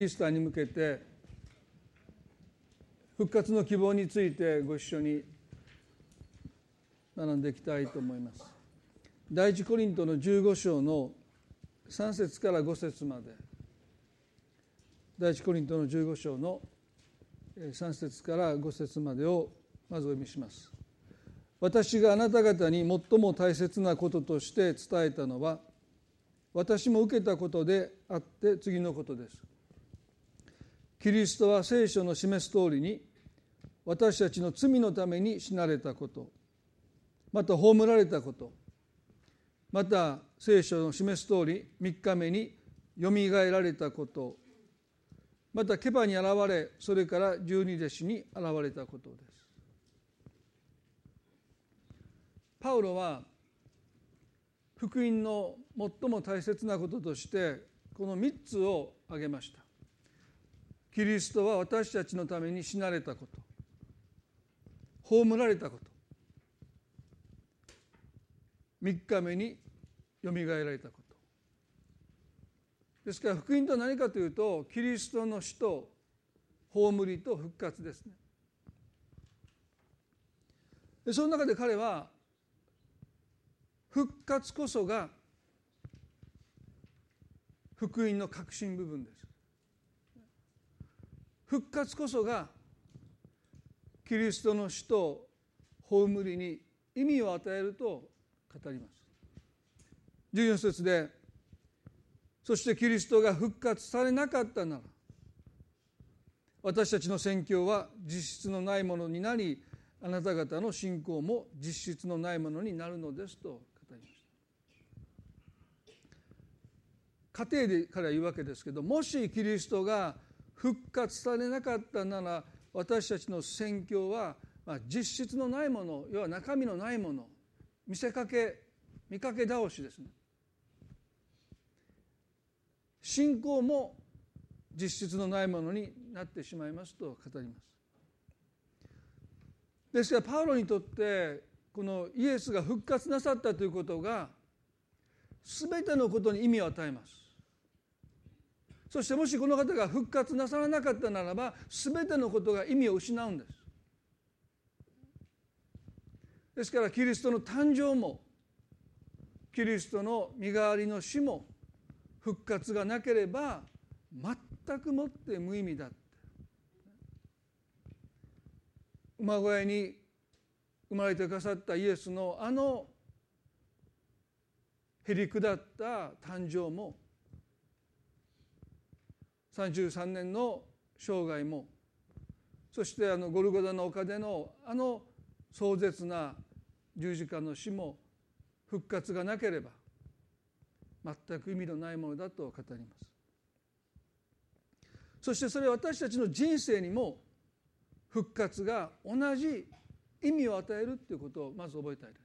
イースターに向けて復活の希望についてご一緒に学んでいきたいと思います。第一コリントの15章の3節から5節まで、第一コリントの15章の3節から5節までをまずお読みします。私があなた方に最も大切なこととして伝えたのは、私も受けたことであって次のことです。キリストは聖書の示す通りに私たちの罪のために死なれたこと、また葬られたこと、また聖書の示す通り3日目によみがえられたこと、またケバに現れ、それから12弟子に現れたことです。パウロは福音の最も大切なこととしてこの3つを挙げました。キリストは私たちのために死なれたこと、葬られたこと、3日目によみがえられたこと。ですから福音とは何かというと、キリストの死と葬りと復活ですね。でその中で彼は復活こそが福音の核心部分です。復活こそがキリストの死と葬りに意味を与えると語ります。14節で、そしてキリストが復活されなかったなら私たちの宣教は実質のないものになり、あなた方の信仰も実質のないものになるのですと語りました。家庭で彼は言うわけですけど、もしキリストが復活されなかったなら私たちの宣教は実質のないもの、要は中身のないもの、見かけ倒しですね。信仰も実質のないものになってしまいますと語ります。ですからパウロにとってこのイエスが復活なさったということが全てのことに意味を与えます。そしてもしこの方が復活なさらなかったならば全てのことが意味を失うんです。ですからキリストの誕生もキリストの身代わりの死も復活がなければ全くもって無意味だって。馬小屋に生まれてくださったイエスのへりくだった誕生も33年の生涯も、そしてゴルゴダの丘での壮絶な十字架の死も復活がなければ全く意味のないものだと語ります。そしてそれは私たちの人生にも復活が同じ意味を与えるということをまず覚えたいです。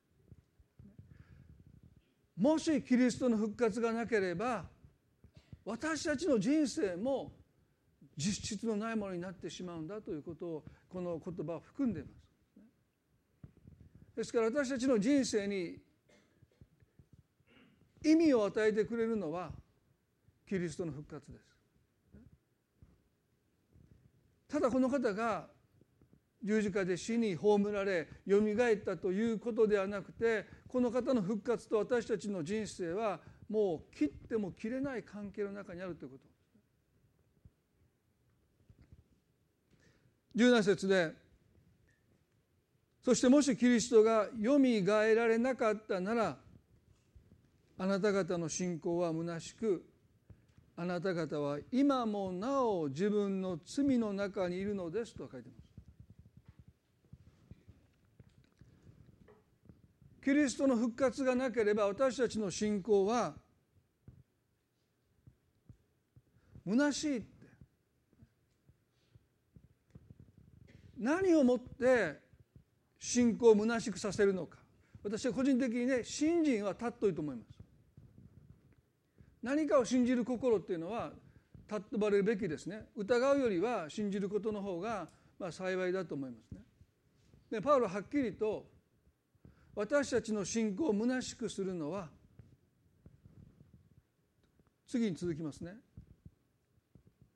もしキリストの復活がなければ私たちの人生も実質のないものになってしまうんだということをこの言葉は含んでいます。ですから私たちの人生に意味を与えてくれるのはキリストの復活です。ただこの方が十字架で死に葬られよみがえったということではなくて、この方の復活と私たちの人生はもう切っても切れない関係の中にあるということ。17節で、そしてもしキリストがよみがえられなかったならあなた方の信仰は虚しく、あなた方は今もなお自分の罪の中にいるのですと書いています。キリストの復活がなければ私たちの信仰は虚しいって。何をもって信仰を虚しくさせるのか。私は個人的にね、信心は尊いと思います。何かを信じる心っていうのは尊ばれるべきですね。疑うよりは信じることの方が幸いだと思いますね。でパウロははっきりと私たちの信仰を虚しくするのは、次に続きますね。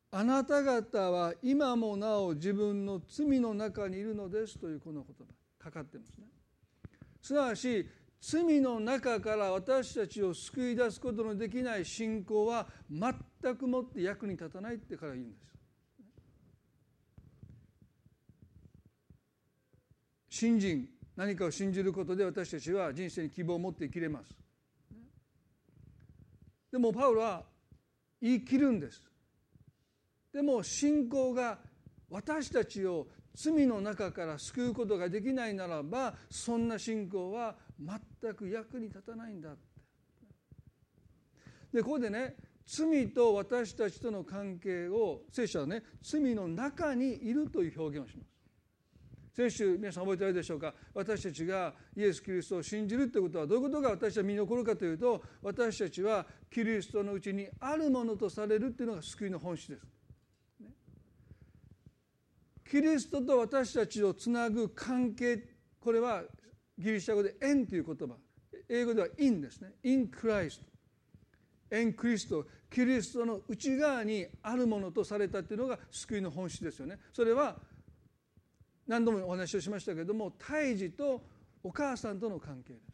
あなた方は今もなお自分の罪の中にいるのですというこの言葉かかってますね。すなわち罪の中から私たちを救い出すことのできない信仰は全くもって役に立たないって彼は言うんです。信心、何かを信じることで私たちは人生に希望を持って生きれます。でもパウロは言い切るんです。でも信仰が私たちを罪の中から救うことができないならば、そんな信仰は全く役に立たないんだって。でここでね、罪と私たちとの関係を聖書はね、罪の中にいるという表現をします。先週皆さん覚えているでしょうか。私たちがイエス・キリストを信じるということはどういうことが私たちは身に起こるかというと、私たちはキリストのうちにあるものとされるというのが救いの本質です。キリストと私たちをつなぐ関係、これはギリシャ語で縁という言葉、英語ではインですね。インクライスト、縁クリスト、キリストの内側にあるものとされたというのが救いの本質ですよね。それは何度もお話をしましたけれども、胎児とお母さんとの関係です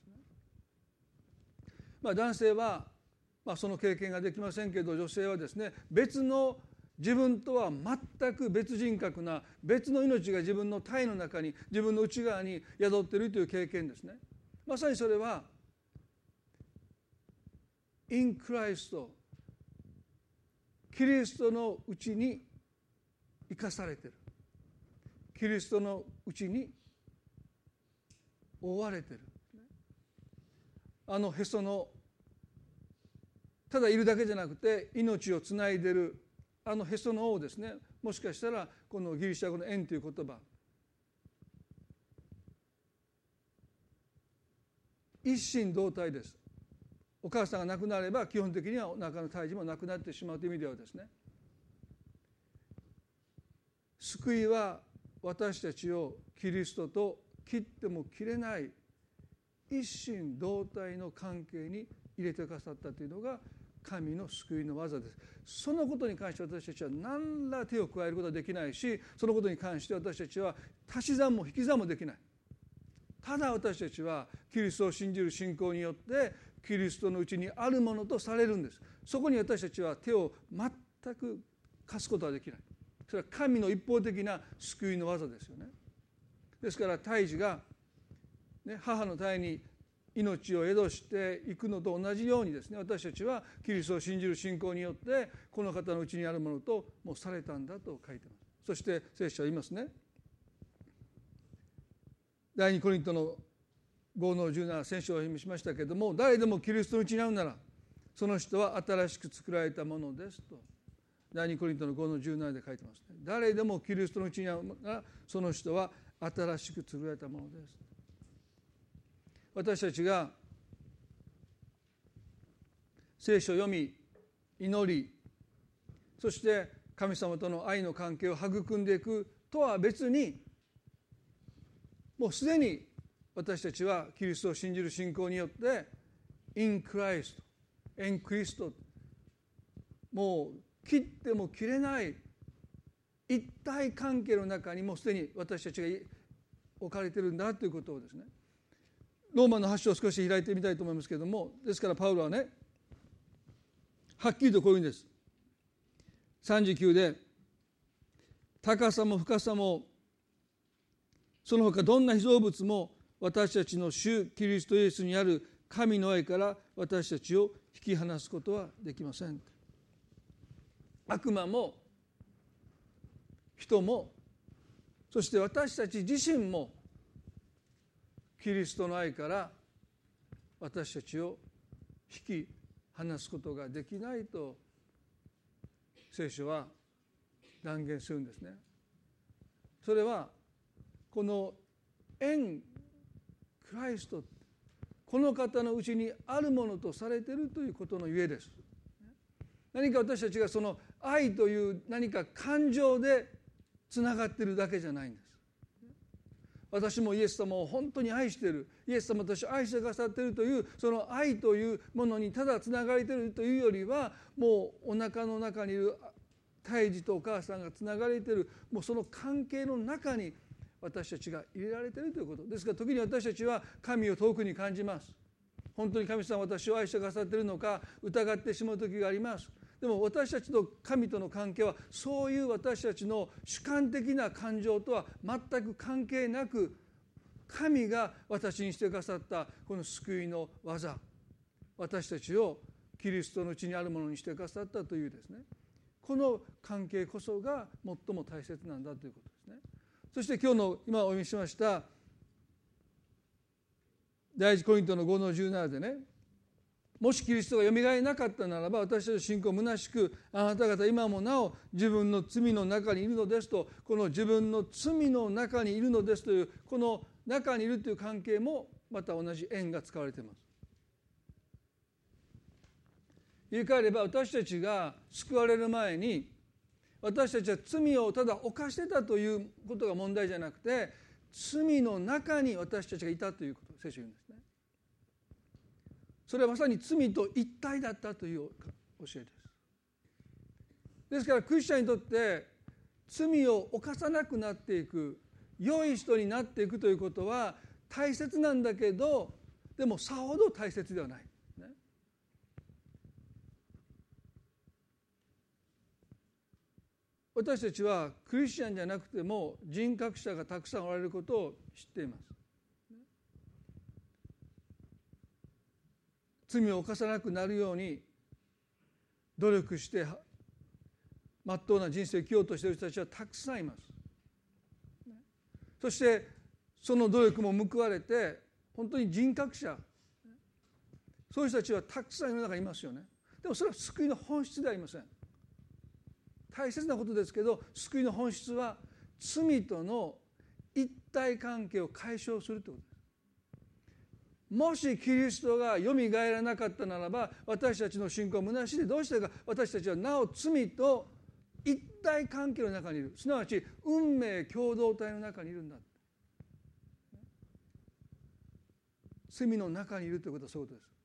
ね。男性は、その経験ができませんけど、女性はですね、別の自分とは全く別人格な別の命が自分の体の中に、自分の内側に宿っているという経験ですね。まさにそれはインクライスト、キリストのうちに生かされている、キリストのうちに覆われている。へそのただいるだけじゃなくて命をつないでいるへその緒をですね、もしかしたらこのギリシャ語の縁という言葉、一心同体です。お母さんが亡くなれば基本的にはお腹の胎児もなくなってしまうという意味ではですね、救いは私たちをキリストと切っても切れない一心同体の関係に入れてくださったというのが神の救いの技です。そのことに関して私たちは何ら手を加えることはできないし、そのことに関して私たちは足し算も引き算もできない。ただ私たちはキリストを信じる信仰によってキリストのうちにあるものとされるんです。そこに私たちは手を全く貸すことはできない。それは神の一方的な救いの技ですよね。ですから胎児が、母の胎に命を宿していくのと同じようにですね、私たちはキリストを信じる信仰によってこの方のうちにあるものともうされたんだと書いてます。そして聖書は言いますね。第2コリントの5の17、先週お読みしましたけれども、誰でもキリストのうちにあるならその人は新しく作られたものですと第2コリントの5の17で書いてますね。誰でもキリストのうちにあるならその人は新しく作られたものです。私たちが聖書を読み祈り、そして神様との愛の関係を育んでいくとは別に、もうすでに私たちはキリストを信じる信仰によってインクライスト、エンクリスト、もう切っても切れない一体関係の中にもうすでに私たちが置かれているんだということをですね、ローマの8章を少し開いてみたいと思いますけれども、ですからパウロはね、はっきりとこういうんです。39で、高さも深さもその他どんな被造物も私たちの主キリストイエスにある神の愛から私たちを引き離すことはできません。悪魔も人も、そして私たち自身もキリストの愛から私たちを引き離すことができないと聖書は断言するんですね。それはこの縁クライスト、この方のうちにあるものとされているということのゆえです。何か私たちがその愛という何か感情でつながっているだけじゃないんです。私もイエス様を本当に愛している、イエス様と私を愛してくださっているというその愛というものにただつながれているというよりは、もうお腹の中にいる胎児とお母さんがつながれている、もうその関係の中に私たちが入れられているということですから、時に私たちは神を遠くに感じます。本当に神様は私を愛してくださっているのか疑ってしまう時があります。でも私たちと神との関係はそういう私たちの主観的な感情とは全く関係なく、神が私にしてくださったこの救いの技、私たちをキリストのうちにあるものにしてくださったというですね、この関係こそが最も大切なんだということですね。そして今日の今お読みしました第一コリントの5の17でね、もしキリストがよみがえらなかったならば私たちの信仰は虚しく、あなた方今もなお自分の罪の中にいるのですと、この自分の罪の中にいるのですというこの中にいるという関係もまた同じ円が使われています。言い換えれば私たちが救われる前に私たちは罪をただ犯してたということが問題じゃなくて、罪の中に私たちがいたということを聖書は言うんですね。それはまさに罪と一体だったという教えです。ですからクリスチャンにとって罪を犯さなくなっていく、良い人になっていくということは大切なんだけど、でもさほど大切ではない、ね、私たちはクリスチャンじゃなくても人格者がたくさんおられることを知っています。罪を犯さなくなるように努力してまっとうな人生を生きようとしている人たちはたくさんいます。そしてその努力も報われて本当に人格者、そういう人たちはたくさん世の中にいますよね。でもそれは救いの本質ではありません。大切なことですけど、救いの本質は罪との一体関係を解消するということです。もしキリストがよみがえらなかったならば私たちの信仰は虚しいで、どうしてか私たちはなお罪と一体関係の中にいる、すなわち運命共同体の中にいるんだ。罪の中にいるということはそういうことです。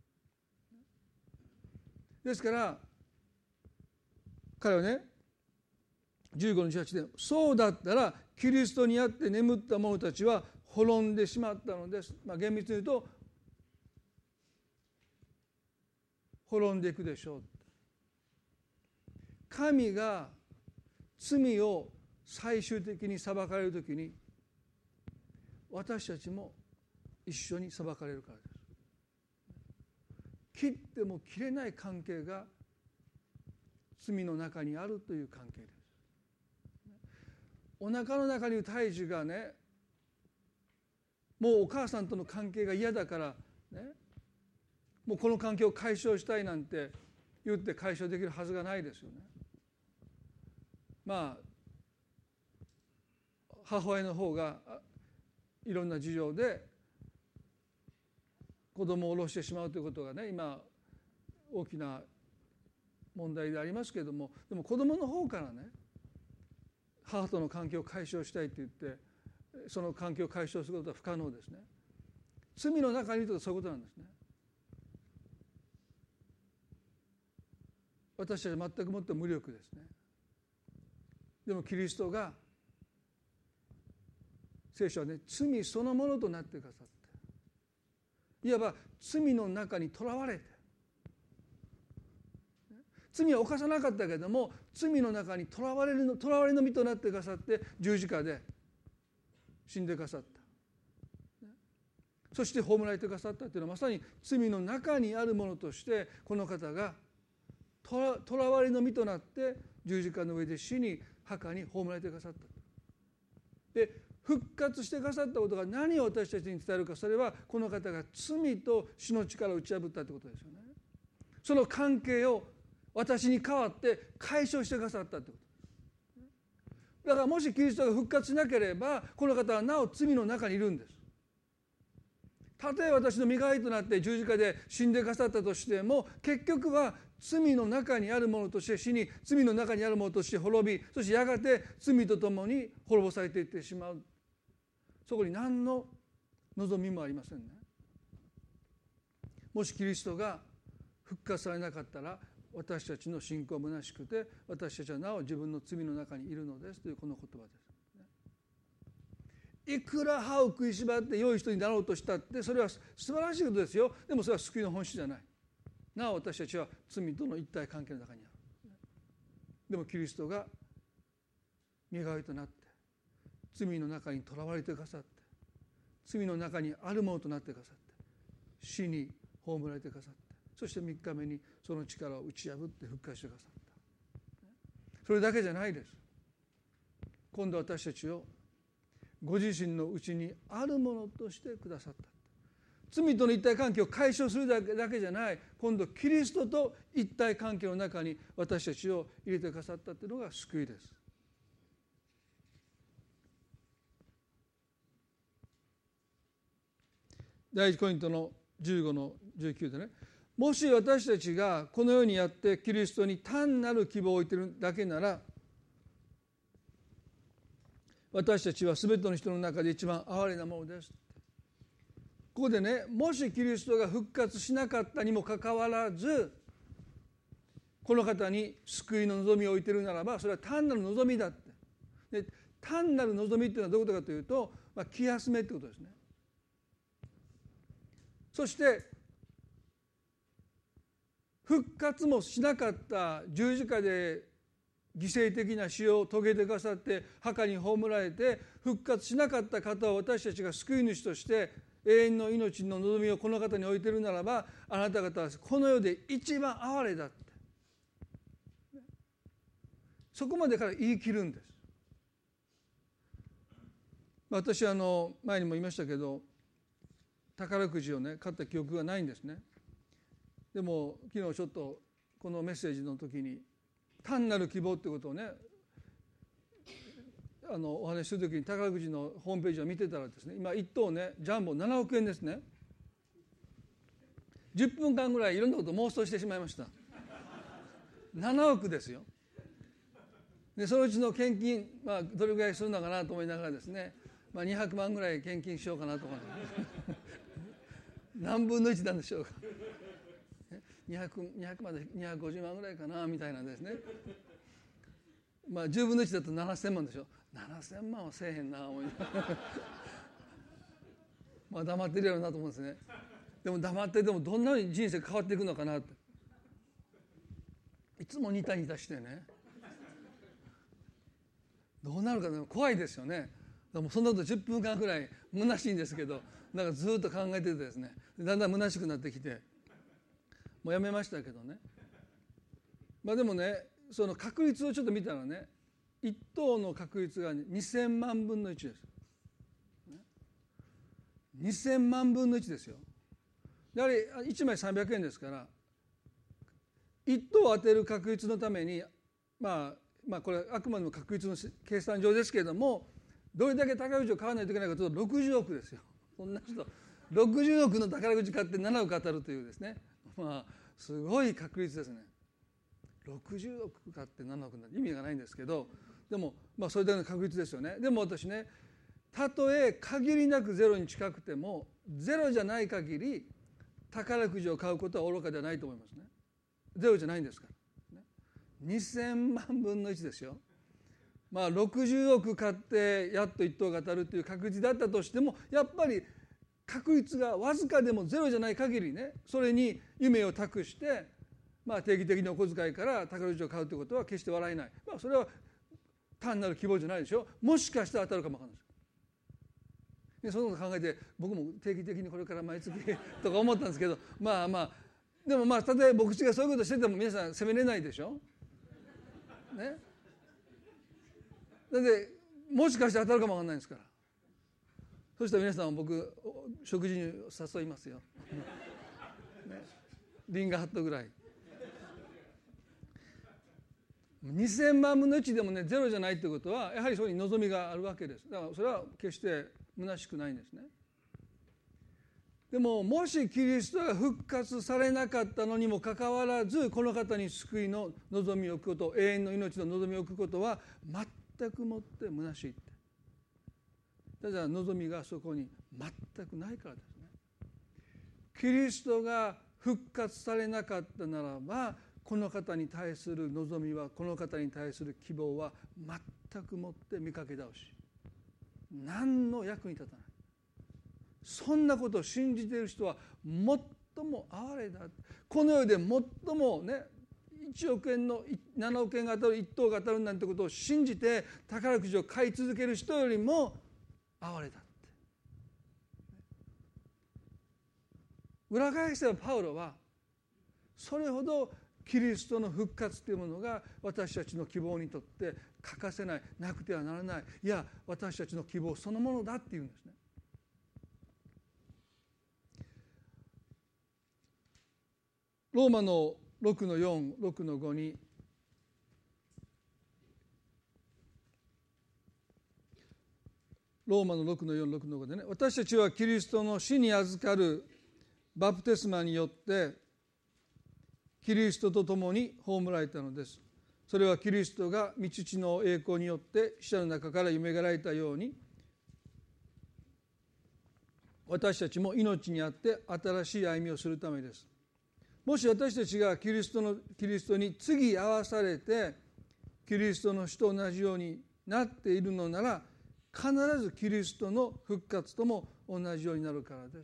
ですから彼はね15の18で、そうだったらキリストにあって眠った者たちは滅んでしまったのです。厳密に言うと滅んでいくでしょう。神が罪を最終的に裁かれるときに私たちも一緒に裁かれるからです。切っても切れない関係が罪の中にあるという関係です。お腹の中にいる胎児がね、もうお母さんとの関係が嫌だからね、もうこの関係を解消したいなんて言って解消できるはずがないですよね。母親の方がいろんな事情で子供を下ろしてしまうということがね、今大きな問題でありますけれども、でも子供の方からね、母との関係を解消したいと言ってその関係を解消することは不可能ですね。罪の中にいるとそういうことなんですね。私たちは全くもって無力ですね。でもキリストが、聖書はね、罪そのものとなってくださって、いわば罪の中にとらわれて、罪は犯さなかったけれども罪の中にとらわれの身となってくださって十字架で死んでくださった。そして葬られてくださったというのはまさに罪の中にあるものとしてこの方がとらわれの身となって十字架の上で死に墓に葬られてくださった。で復活してくださったことが何を私たちに伝えるか、それはこの方が罪と死の力を打ち破ったということですよね。その関係を私に代わって解消してくださったということ。だからもしキリストが復活しなければこの方はなお罪の中にいるんです。たとえ私の身代わりとなって十字架で死んでくださったとしても、結局は罪の中にあるものとして死に、罪の中にあるものとして滅び、そしてやがて罪とともに滅ぼされていってしまう。そこに何の望みもありませんね。もしキリストが復活されなかったら私たちの信仰は虚しくて、私たちはなお自分の罪の中にいるのですというこの言葉です。いくら歯を食いしばって良い人になろうとしたって、それは素晴らしいことですよ。でもそれは救いの本質じゃない。なお私たちは罪との一体関係の中にある。でもキリストが身代わりとなって罪の中にとらわれてくださって、罪の中にあるものとなってくださって、死に葬られてくださって、そして3日目にその力を打ち破って復活してくださった。それだけじゃないです。今度私たちをご自身のうちにあるものとしてくださった。罪との一体関係を解消するだけじゃない、今度キリストと一体関係の中に私たちを入れてくださったというのが救いです。第一コリントの15の19でね、もし私たちがこのようにやってキリストに単なる希望を置いているだけなら、私たちは全ての人の中で一番哀れなものです。ここでね、もしキリストが復活しなかったにもかかわらずこの方に救いの望みを置いているならば、それは単なる望みだって。で、単なる望みっていうのはどういうことかというと、気休めってことですね。そして復活もしなかった十字架で犠牲的な死を遂げてくださって墓に葬られて復活しなかった方を私たちが救い主として永遠の命の望みをこの方に置いているならば、あなた方はこの世で一番哀れだって、そこまでから言い切るんです。私前にも言いましたけど、宝くじをね買った記憶がないんですね。でも昨日ちょっとこのメッセージの時に単なる希望ってことをねお話しする時に宝くじのホームページを見てたらですね、今1等ねジャンボ7億円ですね。10分間ぐらいいろんなことを妄想してしまいました。7億ですよ。でそのうちの献金、どれぐらいするのかなと思いながらですね、200万ぐらい献金しようかなと思って何分の1なんでしょうか。200万で250万ぐらいかなみたいなんですね。10分の1だと7000万でしょ。7000万はせえへんな思いながら黙ってるやろうなと思うんですね。でも黙ってでもどんなに人生変わっていくのかなっていつもニタニタしてね、どうなるか怖いですよね。でもそんなこと10分間ぐらい虚しいんですけど、なんかずっと考えててですね、だんだん虚しくなってきてもうやめましたけどね。でもね、その確率をちょっと見たらね、1等の確率が2000万分の1です。2000万分の1ですよ。やはり1枚300円ですから、1等を当てる確率のためにこれあくまでも確率の計算上ですけれども、どれだけ宝くじを買わないといけないかというと60億ですよ。そんな人60億の宝くじ買って7億当たるというですね、すごい確率ですね。60億買って7億なんて意味がないんですけど、でもそれだけの確率ですよね。でも私ね、たとえ限りなくゼロに近くてもゼロじゃない限り宝くじを買うことは愚かではないと思いますね。ゼロじゃないんですから、2000万分の1ですよ。60億買ってやっと1等が当たるという確率だったとしても、やっぱり確率がわずかでもゼロじゃない限りね、それに夢を託して定期的にお小遣いから宝くじを買うということは決して笑えない。それは単なる希望じゃないでしょ。もしかしたら当たるかもわからないです。そのこと考えて僕も定期的にこれから毎月とか思ったんですけど、でも例えば牧師がそういうことしてても皆さん責めれないでしょね。だってもしかして当たるかもわからないんですから。そしたら皆さん僕食事に誘いますよ、リンガーハットぐらい。2000万分の1でもねゼロじゃないということはやはりそこに望みがあるわけです。だからそれは決して虚しくないんですね。でももしキリストが復活されなかったのにもかかわらずこの方に救いの望みを置くこと、永遠の命の望みを置くことは全くもって虚しいって。だから望みがそこに全くないからですね。キリストが復活されなかったならばこの方に対する望みは、この方に対する希望は全くもって見かけ倒し、何の役に立たない。そんなことを信じている人は最も哀れだ。この世で最もね、1億円の7億円が当たる、1等が当たるなんてことを信じて宝くじを買い続ける人よりも哀れだって。裏返せばパウロはそれほどキリストの復活というものが私たちの希望にとって欠かせない、なくてはならない、いや私たちの希望そのものだっていうんですね。ローマの6の4、6の5にローマの6の4、6の5でね、私たちはキリストの死に預かるバプテスマによってキリストと共に葬られたのです。それはキリストが御父の栄光によって死者の中からよみがえられたように、私たちも命にあって新しい歩みをするためです。もし私たちがキリストに次合わされてキリストの死と同じようになっているのなら、必ずキリストの復活とも同じようになるからです。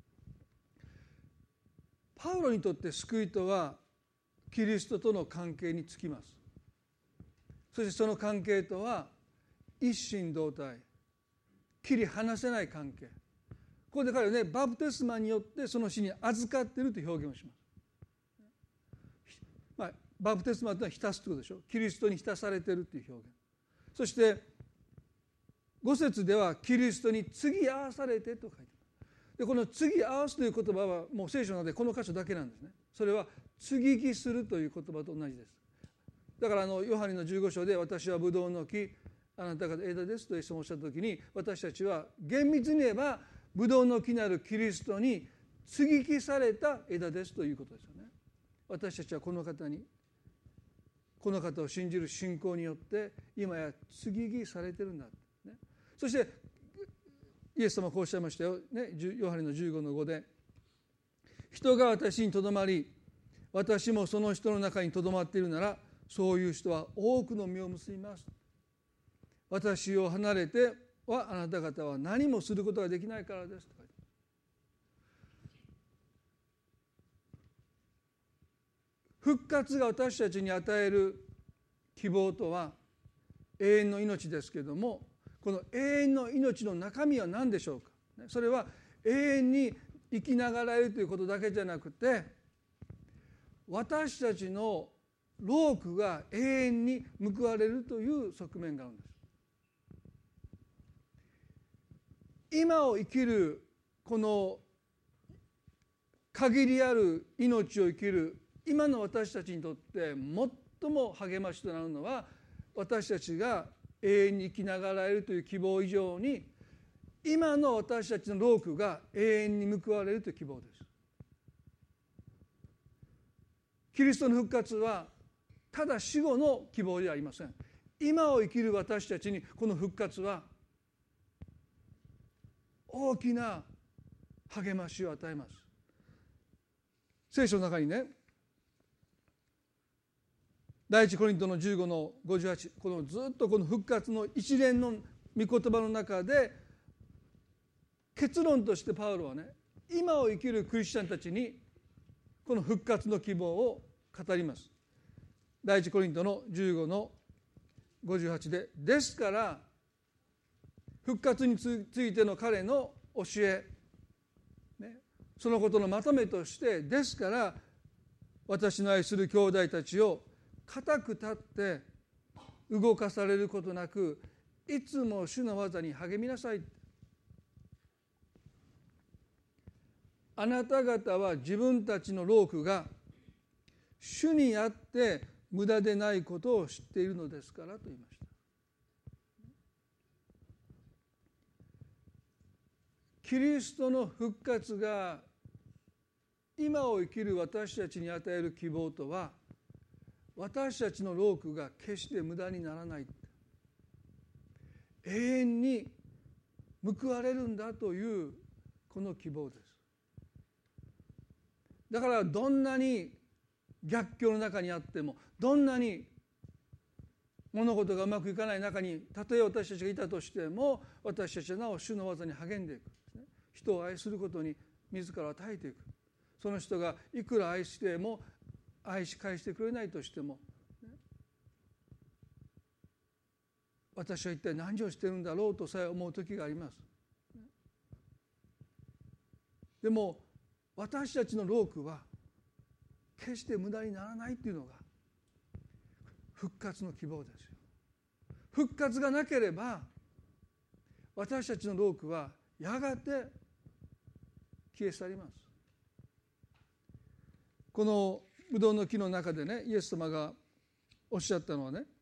パウロにとって救いとはキリストとの関係につきます。そしてその関係とは一心同体、切り離せない関係。ここで彼はね、バプテスマによってその死に預かっているという表現をします。バプテスマというのは浸すということでしょ。キリストに浸されているという表現。そして5節ではキリストに継ぎ合わされてと書いてある。でこの継ぎ合わすという言葉はもう聖書の中でこの箇所だけなんですね。それは継ぎ木するという言葉と同じです。だからヨハネの15章で私はブドウの木、あなたが枝ですとイエス様おっしゃった時に、私たちは厳密に言えばブドウの木なるキリストに継ぎ木された枝ですということですよね。私たちはこの方を信じる信仰によって今や継ぎ木されてるんだ、ね、そしてイエス様はこうおっしゃいましたよ、ね、ヨハネの15の5で、人が私にとどまり私もその人の中にとどまっているなら、そういう人は多くの実を結びます。私を離れてはあなた方は何もすることができないからですと書いてある。復活が私たちに与える希望とは永遠の命ですけれども、この永遠の命の中身は何でしょうか。それは永遠に生きながらえるということだけじゃなくて、私たちの労苦が永遠に報われるという側面があるんです。今を生きるこの限りある命を生きる今の私たちにとって最も励ましとなるのは、私たちが永遠に生きながらえるという希望以上に、今の私たちの労苦が永遠に報われるという希望です。キリストの復活はただ死後の希望ではありません。今を生きる私たちにこの復活は大きな励ましを与えます。聖書の中にね、第一コリントの15の58、このずっとこの復活の一連の御言葉の中で、結論としてパウロはね、今を生きるクリスチャンたちにこの復活の希望を語ります。第一コリントの15の58で、ですから復活についての彼の教え、ね、そのことのまとめとして、ですから私の愛する兄弟たちを固く立って動かされることなく、いつも主の技に励みなさい。あなた方は自分たちの労苦が主にあって無駄でないことを知っているのですからと言いました。キリストの復活が今を生きる私たちに与える希望とは、私たちの労苦が決して無駄にならない、永遠に報われるんだというこの希望です。だからどんなに逆境の中にあっても、どんなに物事がうまくいかない中にたとえ私たちがいたとしても、私たちはなお主の技に励んでいく、人を愛することに自ら与えていく。その人がいくら愛しても愛し返してくれないとしても、私は一体何をしているんだろうとさえ思う時があります。でも私たちの労苦は決して無駄にならないというのが復活の希望ですよ。復活がなければ私たちの労苦はやがて消え去ります。このブドウの木の中でね、イエス様がおっしゃったのはね、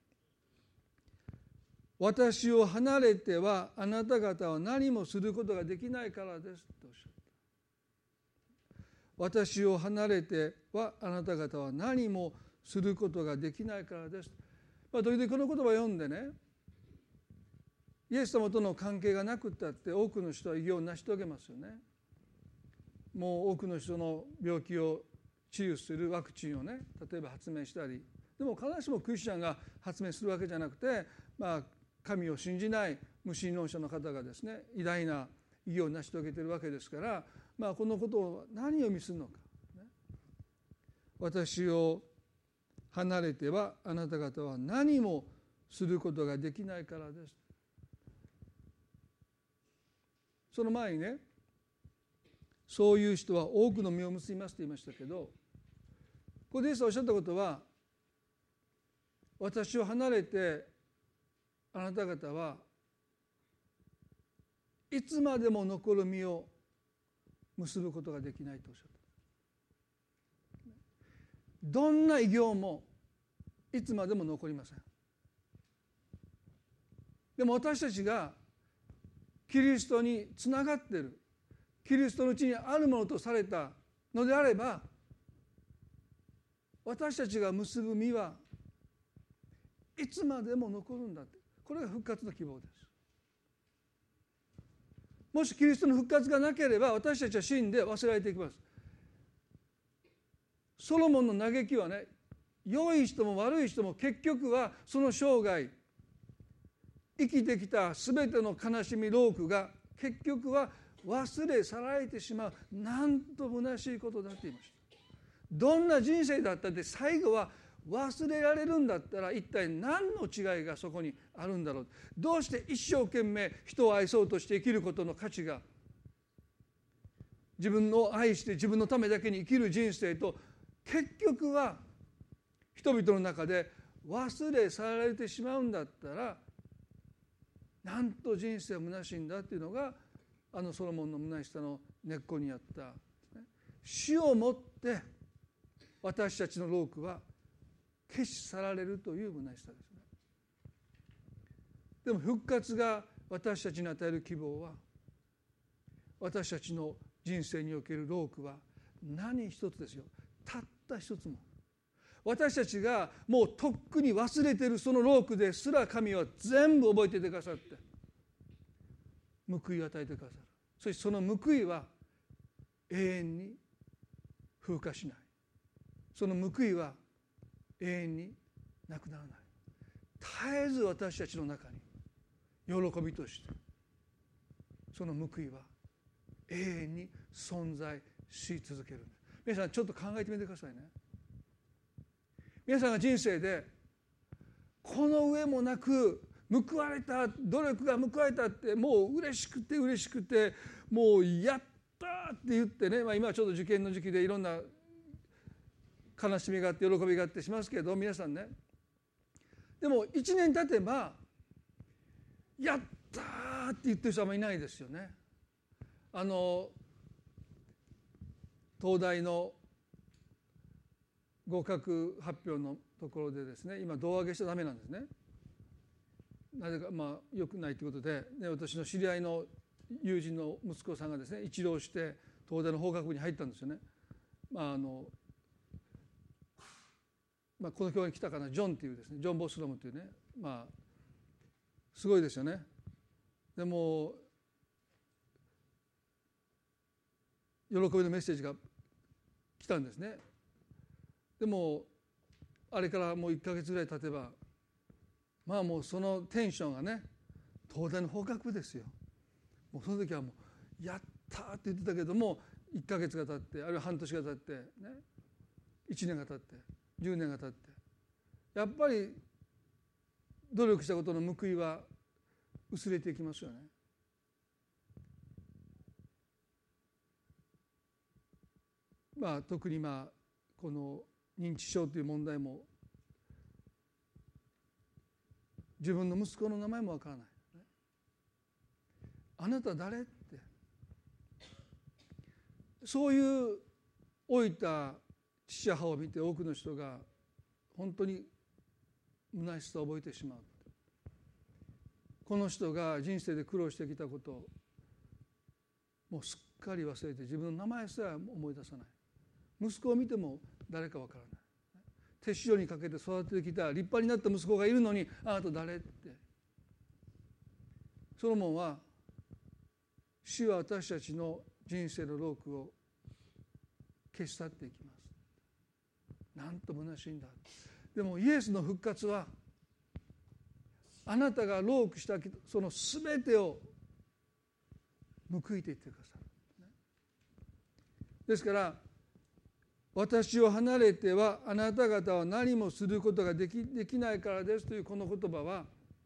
私を離れてはあなた方は何もすることができないからですとおっしゃった。私を離れてはあなた方は何もすることができないからです。時々この言葉を読んでね、イエス様との関係がなくったって多くの人は偉業を成し遂げますよね。もう多くの人の病気を治癒するワクチンをね、例えば発明したり、でも必ずしもクリスチャンが発明するわけじゃなくて、神を信じない無神論者の方がですね、偉大な偉業を成し遂げているわけですから、このことを何を意味するのか、私を離れてはあなた方は何もすることができないからです。その前にね、そういう人は多くの実を結びますと言いましたけど、ここでイエスがおっしゃったことは、私を離れてあなた方はいつまでも残る実を結ぶことができないとおっしゃった。どんな偉業もいつまでも残りません。でも私たちがキリストにつながっている、キリストのうちにあるものとされたのであれば、私たちが結ぶ実はいつまでも残るんだって、これが復活の希望です。もしキリストの復活がなければ私たちは死んで忘れられていきます。ソロモンの嘆きはね、良い人も悪い人も結局はその生涯生きてきた全ての悲しみ労苦が結局は忘れ去られてしまう、なんと虚しいことだと言いました。どんな人生だったって最後は忘れられるんだったら、一体何の違いがそこにあるんだろう。どうして一生懸命人を愛そうとして生きることの価値が、自分を愛して自分のためだけに生きる人生と結局は人々の中で忘れ去られてしまうんだったら、なんと人生は虚しいんだっていうのが、ソロモンの虚しさの根っこにあった、死をもって私たちの労苦は消し去られるという虚しさですね。でも復活が私たちに与える希望は、私たちの人生における労苦は何一つですよ。たった一つも。私たちがもうとっくに忘れているその労苦ですら、神は全部覚えていてくださって、報いを与えてくださる。そしてその報いは永遠に風化しない。その報いは永遠になくならない。絶えず私たちの中に喜びとして、その報いは永遠に存在し続ける。皆さんちょっと考えてみてくださいね。皆さんが人生でこの上もなく報われた、努力が報われたって、もう嬉しくて嬉しくて、もうやったって言ってね、今はちょうど受験の時期でいろんな悲しみがあって喜びがあってしますけど、皆さんね、でも1年経てばやったーって言ってる人はあんまりいないですよね。東大の合格発表のところでですね、今胴上げしちゃダメなんですね。なぜか良くないということで、私の知り合いの友人の息子さんがですね、一浪して東大の法学部に入ったんですよね。この教会に来たかな、ジョンっていうですね、ジョン・ボスロムというね、すごいですよね。でも喜びのメッセージが来たんですね。 でもあれからもう1ヶ月ぐらい経てばまあもうそのテンションがね東大の合格ですよ。もうその時はもうやったーって言ってたけども1ヶ月が経ってあるいは半年が経ってね1年が経って10年が経ってやっぱり努力したことの報いは薄れていきますよね。まあ特にこの認知症という問題も自分の息子の名前もわからない。あなた誰ってそういう老いた父や母を見て多くの人が本当に虚しさを覚えてしまう。この人が人生で苦労してきたことをもうすっかり忘れて自分の名前すら思い出さない。息子を見ても誰かわからない。手塩にかけて育ててきた立派になった息子がいるのにあなた誰って。ソロモンは主は私たちの人生の労苦を消し去っていきます。なんと虚しいんだ。でもイエスの復活はあなたが労苦したその全てを報いていってくださる。ですから私を離れてはあなた方は何もすることができないからですというこの言葉は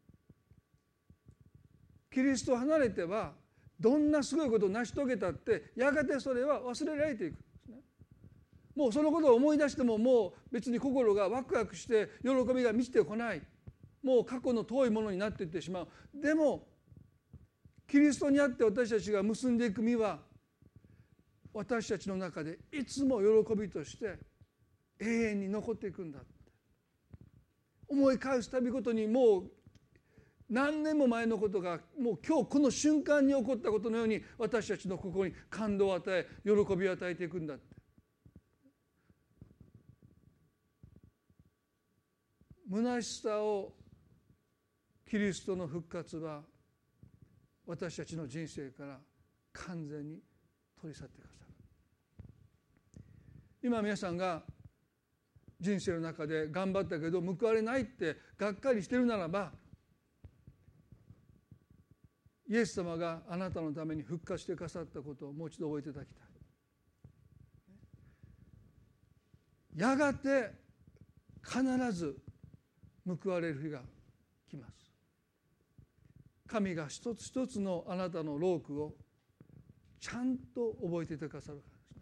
キリストを離れてはどんなすごいことを成し遂げたってやがてそれは忘れられていくんですね。もうそのことを思い出してももう別に心がワクワクして喜びが満ちてこない。もう過去の遠いものになっていってしまう。でもキリストにあって私たちが結んでいく実は私たちの中でいつも喜びとして永遠に残っていくんだって思い返すたびごとにもう何年も前のことがもう今日この瞬間に起こったことのように私たちの心に感動を与え喜びを与えていくんだって。虚しさをキリストの復活は私たちの人生から完全に取り去ってくださる。今皆さんが人生の中で頑張ったけど報われないってがっかりしているならばイエス様があなたのために復活してくださったことをもう一度覚えていただきたい。やがて必ず報われる日が来ます。神が一つ一つのあなたの労苦をちゃんと覚えていてくださるからですね。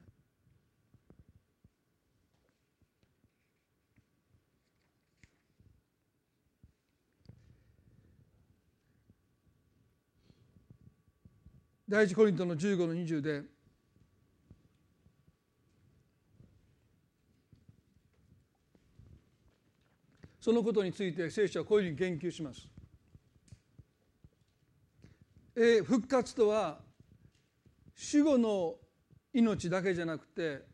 第一コリントの15の20でそのことについて聖書はこういうふうに言及します。復活とは死後の命だけじゃなくて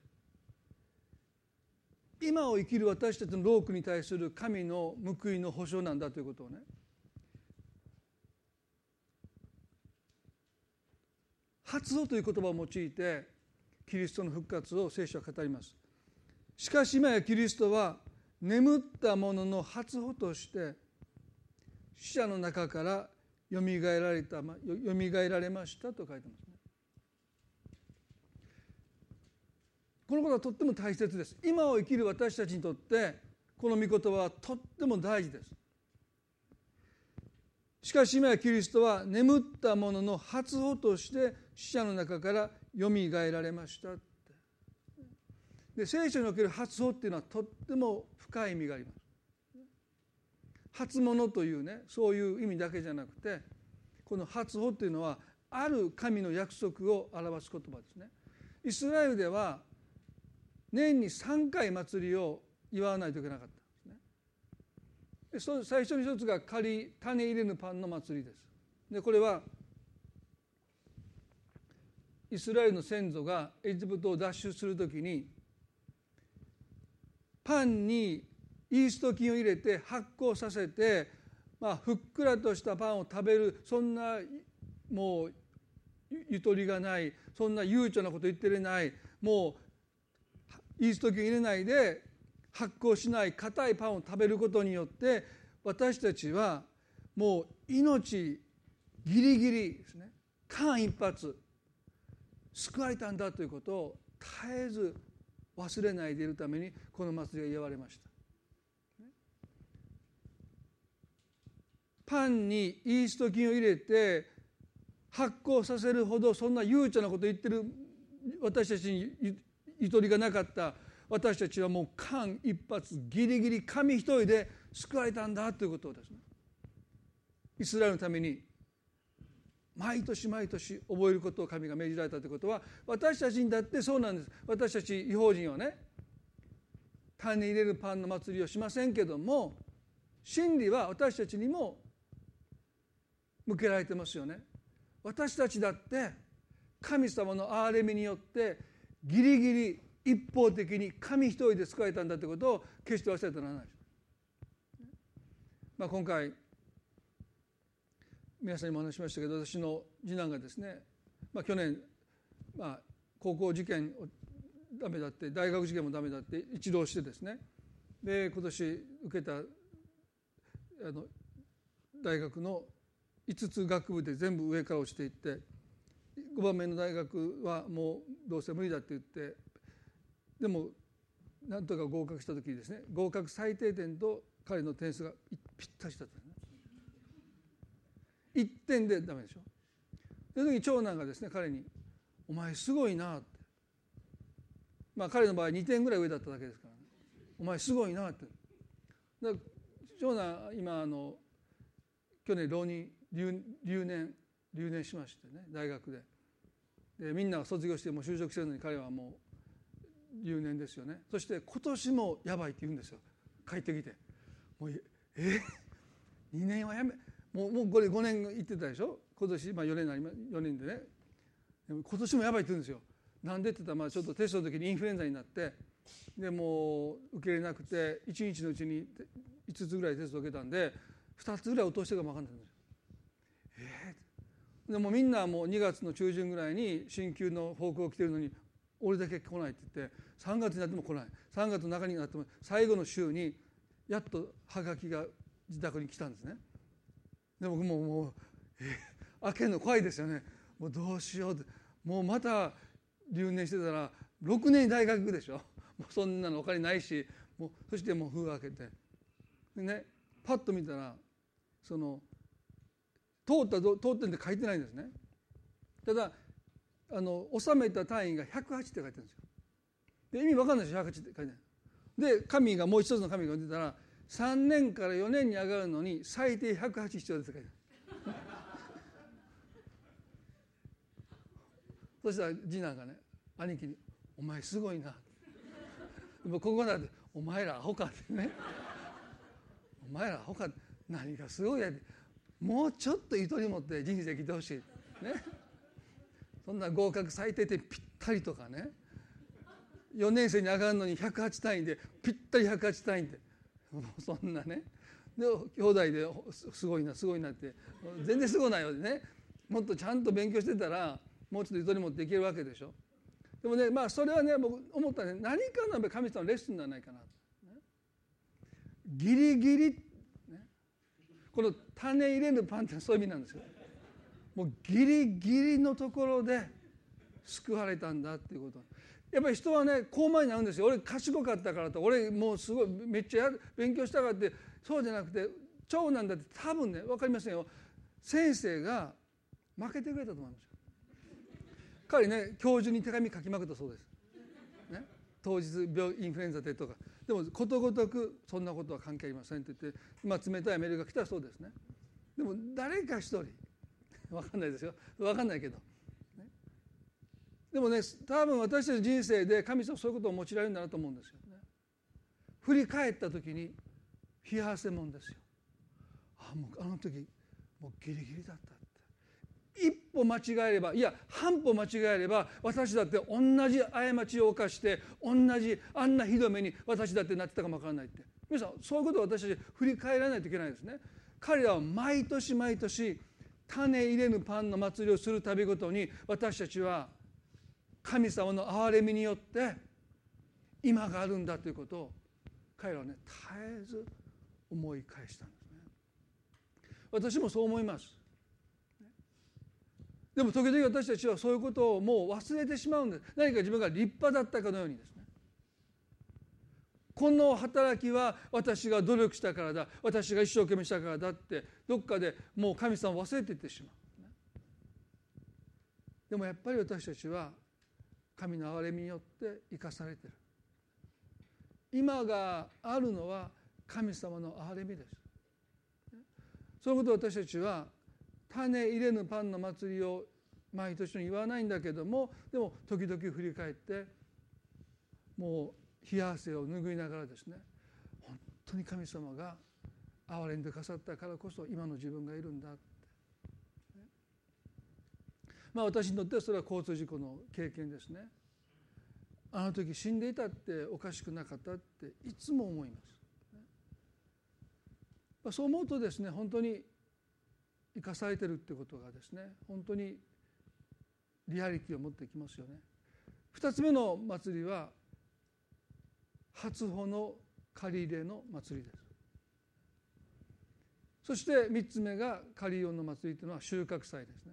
今を生きる私たちの労苦に対する神の報いの保証なんだということをね初歩という言葉を用いてキリストの復活を聖書は語ります。しかし今やキリストは眠った者の初歩として死者の中からよみがえられましたと書いてますね。このことはとっても大切です。今を生きる私たちにとってこの御言葉はとっても大事です。しかし今やキリストは眠った者の初歩として死者の中からよみがえられましたって。で聖書における初歩っていうのはとっても深い意味があります。初物というねそういう意味だけじゃなくてこの初歩っていうのはある神の約束を表す言葉ですね。イスラエルでは年に3回祭りを祝わないといけなかったんですね。最初の一つが種入れぬパンの祭りです。でこれはイスラエルの先祖がエジプトを脱出するときにパンにイースト菌を入れて発酵させて、ふっくらとしたパンを食べるそんなもうゆとりがないそんな悠長なこと言ってれないもうイースト菌入れないで発酵しない硬いパンを食べることによって私たちはもう命ギリギリですね、間一髪救われたんだということを絶えず忘れないでいるためにこの祭りが言われました。パンにイースト菌を入れて発酵させるほどそんな悠長なことを言ってる私たちにゆとりがなかった私たちはもう間一髪ギリギリ神一人で救われたんだということをですね、イスラエルのために毎年毎年覚えることを神が命じられたということは私たちにだってそうなんです。私たち異邦人はね、種入れるパンの祭りをしませんけども、真理は私たちにも向けられてますよね。私たちだって神様の憐れみによってギリギリ一方的に神一人で救われたんだということを決して忘れてはならないです。今回皆さんにも話しましたけど、私の次男がですね、去年、高校受験ダメだって大学受験もダメだって一浪してですね、で今年受けた大学の5つ学部で全部上から落ちていって、5番目の大学はもうどうせ無理だって言って、でもなんとか合格した時にですね、合格最低点と彼の点数がぴったりしたんですね。1点でダメでしょ。その時長男がですね、彼に「お前すごいな」って、彼の場合2点ぐらい上だっただけですからね、お前すごいなって。だから長男今去年浪人留年しましてね、大学でみんなが卒業してもう就職してるのに彼はもう留年ですよね。そして今年もやばいって言うんですよ。帰ってきてもう2年はやめ、もうこれ5年行ってたでしょ。今年4年でね、でも今年もやばいって言うんですよ。なんでって言ったらちょっとテストの時にインフルエンザになって、でもう受け入れなくて1日のうちに5つぐらいテストを受けたんで2つぐらい落としてるかも分かんないんですよ。でもみんなもう2月の中旬ぐらいに進級の報告を来てるのに俺だけ来ないって言って、3月になっても来ない、3月の中になっても最後の週にやっとハガキが自宅に来たんですね。で僕もう開けるの怖いですよね。もうどうしようって、もうまた留年してたら6年大学でしょ。もうそんなのお金ないし、もうそしてもう封開けてでね、パッと見たらその通ってって書いてないんですね。ただ収めた単位が108って書いてるんですよ。で意味分かんないですよ、108って書いてない。で紙がもう一つの紙が出たら3年から4年に上がるのに最低108必要ですって書いてあるそしたら次男がね、兄貴に「お前すごいな」ここなんで「お前らアホか」ってね「お前らアホか、何がすごいや」って、もうちょっとゆとり持って人生生きてほしいね。そんな合格最低点ぴったりとかね、4年生に上がるのに108単位でぴったり108単位って、もうそんなね、で兄弟ですごいなすごいなって全然すごないようでね、もっとちゃんと勉強してたらもうちょっとゆとり持っていけるわけでしょ。でもね、それはね、僕思ったね、何かの神様のレッスンではないかな、ギリギリ、この種入れるパンってそういう意味なんですよ。もうギリギリのところで救われたんだっていうこと。やっぱり人はね高慢になるんですよ。俺賢かったからと、俺もうすごいめっちゃ勉強したからって、そうじゃなくて長男だって多分ね、分かりませんよ、先生が負けてくれたと思いますよ。彼ね、教授に手紙書きまくったそうです、ね、当日インフルエンザでとか。でもことごとくそんなことは関係ありませんって言って、冷たいメールが来たそうですね。でも誰か一人分かんないですよ、分かんないけど、ね、でもね、多分私たちの人生で神様はそういうことを用いられるんだなと思うんですよね。振り返った時に冷や汗もんですよ。もうあの時もうギリギリだったって。一歩間違えれば、いや半歩間違えれば私だって同じ過ちを犯して同じあんなひどい目に私だってなってたかもわからないって。皆さんそういうことを私たち振り返らないといけないですね。彼らは毎年毎年種入れぬパンの祭りをするたびごとに、私たちは神様の憐れみによって今があるんだということを彼らはね絶えず思い返したんですね。私もそう思います。でも時々私たちはそういうことをもう忘れてしまうんです。何か自分が立派だったかのようにですね、この働きは私が努力したからだ、私が一生懸命したからだってどっかでもう神様を忘れていってしまう。でもやっぱり私たちは神の憐れみによって生かされている。今があるのは神様の憐れみです。そのことを私たちは種入れぬパンの祭りを毎年の言わないんだけども、でも時々振り返ってもう冷や汗を拭いながらですね、本当に神様が憐れんでくださったからこそ今の自分がいるんだって、私にとってはそれは交通事故の経験ですね。あの時死んでいたっておかしくなかったっていつも思います。そう思うとですね、本当に生かされているってことがですね、本当にリアリティを持ってきますよね。2つ目の祭りは初穂の刈り入れの祭りです。そして3つ目が刈り用の祭りというのは収穫祭ですね。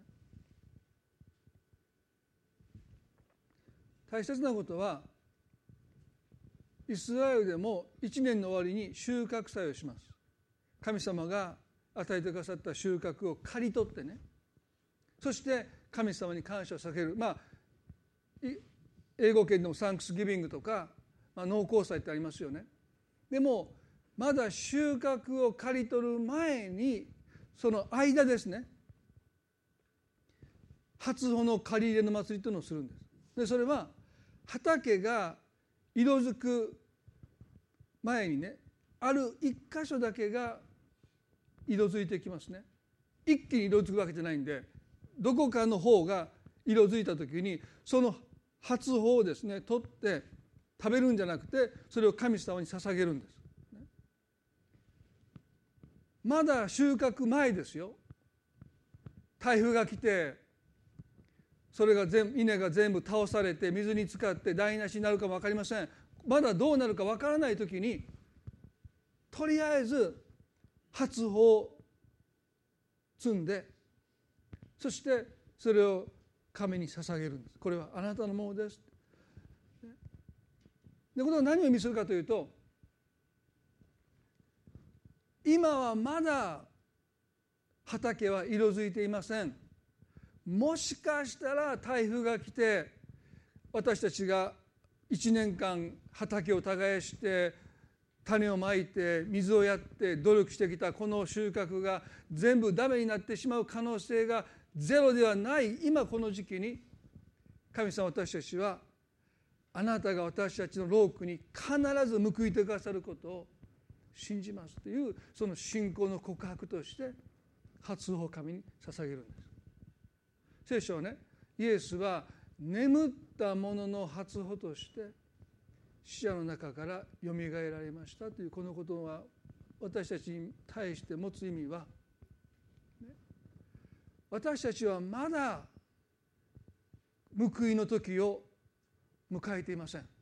大切なことはイスラエルでも1年の終わりに収穫祭をします。神様が与えてくださった収穫を刈り取ってね、そして神様に感謝を捧げる、英語圏でもサンクスギビングとか、農耕祭ってありますよね。でもまだ収穫を刈り取る前にその間ですね、初穂の刈り入れの祭りというのをするんです。でそれは畑が色づく前にね、ある一箇所だけが色づいてきますね。一気に色づくわけじゃないんで、どこかの方が色づいた時にその初穂をですね取って食べるんじゃなくて、それを神様に捧げるんです。まだ収穫前ですよ。台風が来てそれが稲が全部倒されて水に浸かって台無しになるかも分かりません。まだどうなるか分からない時にとりあえず初穂を摘んで、そしてそれを神に捧げるんです。これはあなたのものです。でこれは何を意味するかというと、今はまだ畑は色づいていません。もしかしたら台風が来て私たちが1年間畑を耕して種をまいて水をやって努力してきたこの収穫が全部ダメになってしまう可能性がゼロではない今この時期に、神様私たちはあなたが私たちの労苦に必ず報いてくださることを信じますという、その信仰の告白として初穂を神に捧げるんです。聖書はね、イエスは眠った者の初穂として死者の中からよみがえられましたというこのことは、私たちに対して持つ意味は、私たちはまだ報いの時を迎えていません。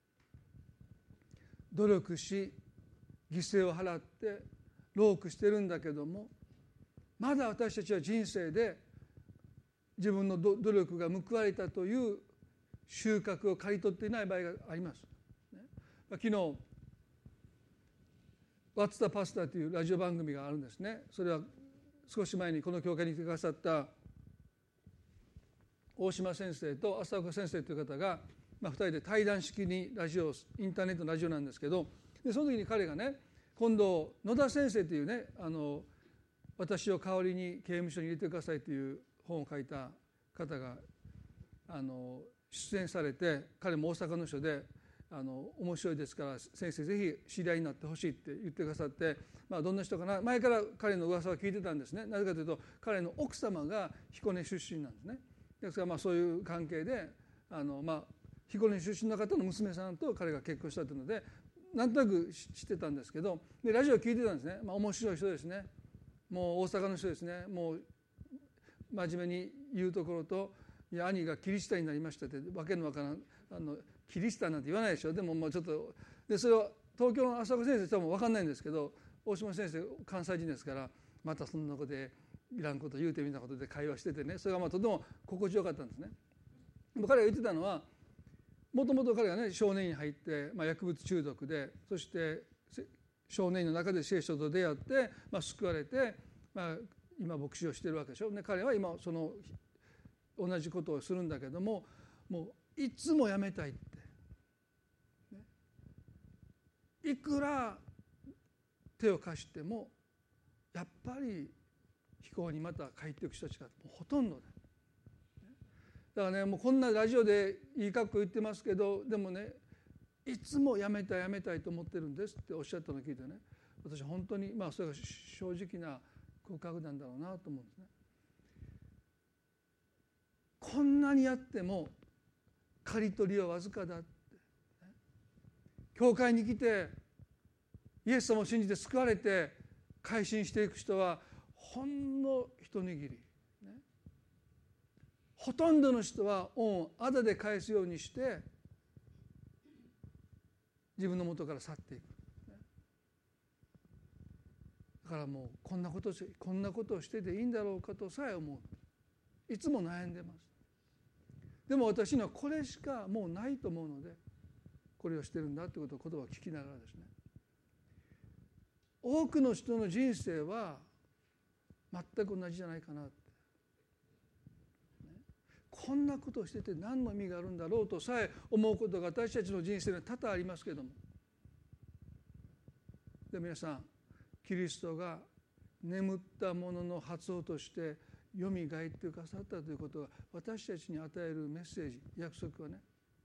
努力し犠牲を払って労苦してるんだけども、まだ私たちは人生で自分の努力が報われたという収穫を刈り取っていない場合があります。昨日「What's the Pastor」というラジオ番組があるんですね。それは少し前にこの教会に来てくださった大島先生と浅岡先生という方が、2人で対談式にラジオ、インターネットのラジオなんですけど、でその時に彼がね、今度野田先生というね、私を代わりに刑務所に入れてくださいという本を書いた方が出演されて、彼も大阪の人で面白いですから先生ぜひ知り合いになってほしいって言ってくださって、どんな人かな、前から彼の噂は聞いてたんですね。なぜかというと彼の奥様が彦根出身なんですね。ですからそういう関係で彦根出身の方の娘さんと彼が結婚したというのでなんとなく知ってたんですけど、でラジオ聞いてたんですね。面白い人ですね。もう大阪の人ですね。もう真面目に言うところと、いや兄がキリシタンになりましたってわけのわからんキリシタンなんて言わないでしょ。でもちょっとでそれを東京の浅子先生多分分かんないんですけど、大島先生関西人ですから、またそんなことでいらんこと言うてみたいなことで会話しててね、それがとても心地よかったんですね。彼が言ってたのは、もともと彼がね少年院に入って、薬物中毒で、そして少年院の中で聖書と出会って、救われて、今牧師をしているわけでしょ。彼は今その同じことをするんだけども、もういつもやめたいって、いくら手を貸してもやっぱり非行にまた帰っていく人たちがもうほとんどで、だからね、もうこんなラジオでいい格好言ってますけど、でもね、いつもやめたいやめたいと思ってるんですっておっしゃったのを聞いてね、私本当にそれが正直な告白なんだろうなと思うんですね。こんなにやっても刈り取りはわずかだって、教会に来てイエス様を信じて救われて改心していく人はほんの一握り、ほとんどの人は恩をあだで返すようにして自分の元から去っていく。だからもうこんなことをしてでいいんだろうかとさえ思う。いつも悩んでます。でも私にはこれしかもうないと思うので、これをしてるんだということを言葉を聞きながらですね、多くの人の人生は全く同じじゃないかなって、こんなことをしてて何の意味があるんだろうとさえ思うことが私たちの人生には多々ありますけれども、で皆さん、キリストが眠ったものの発音としてよみがえってくださったということが私たちに与えるメッセージ、約束はね、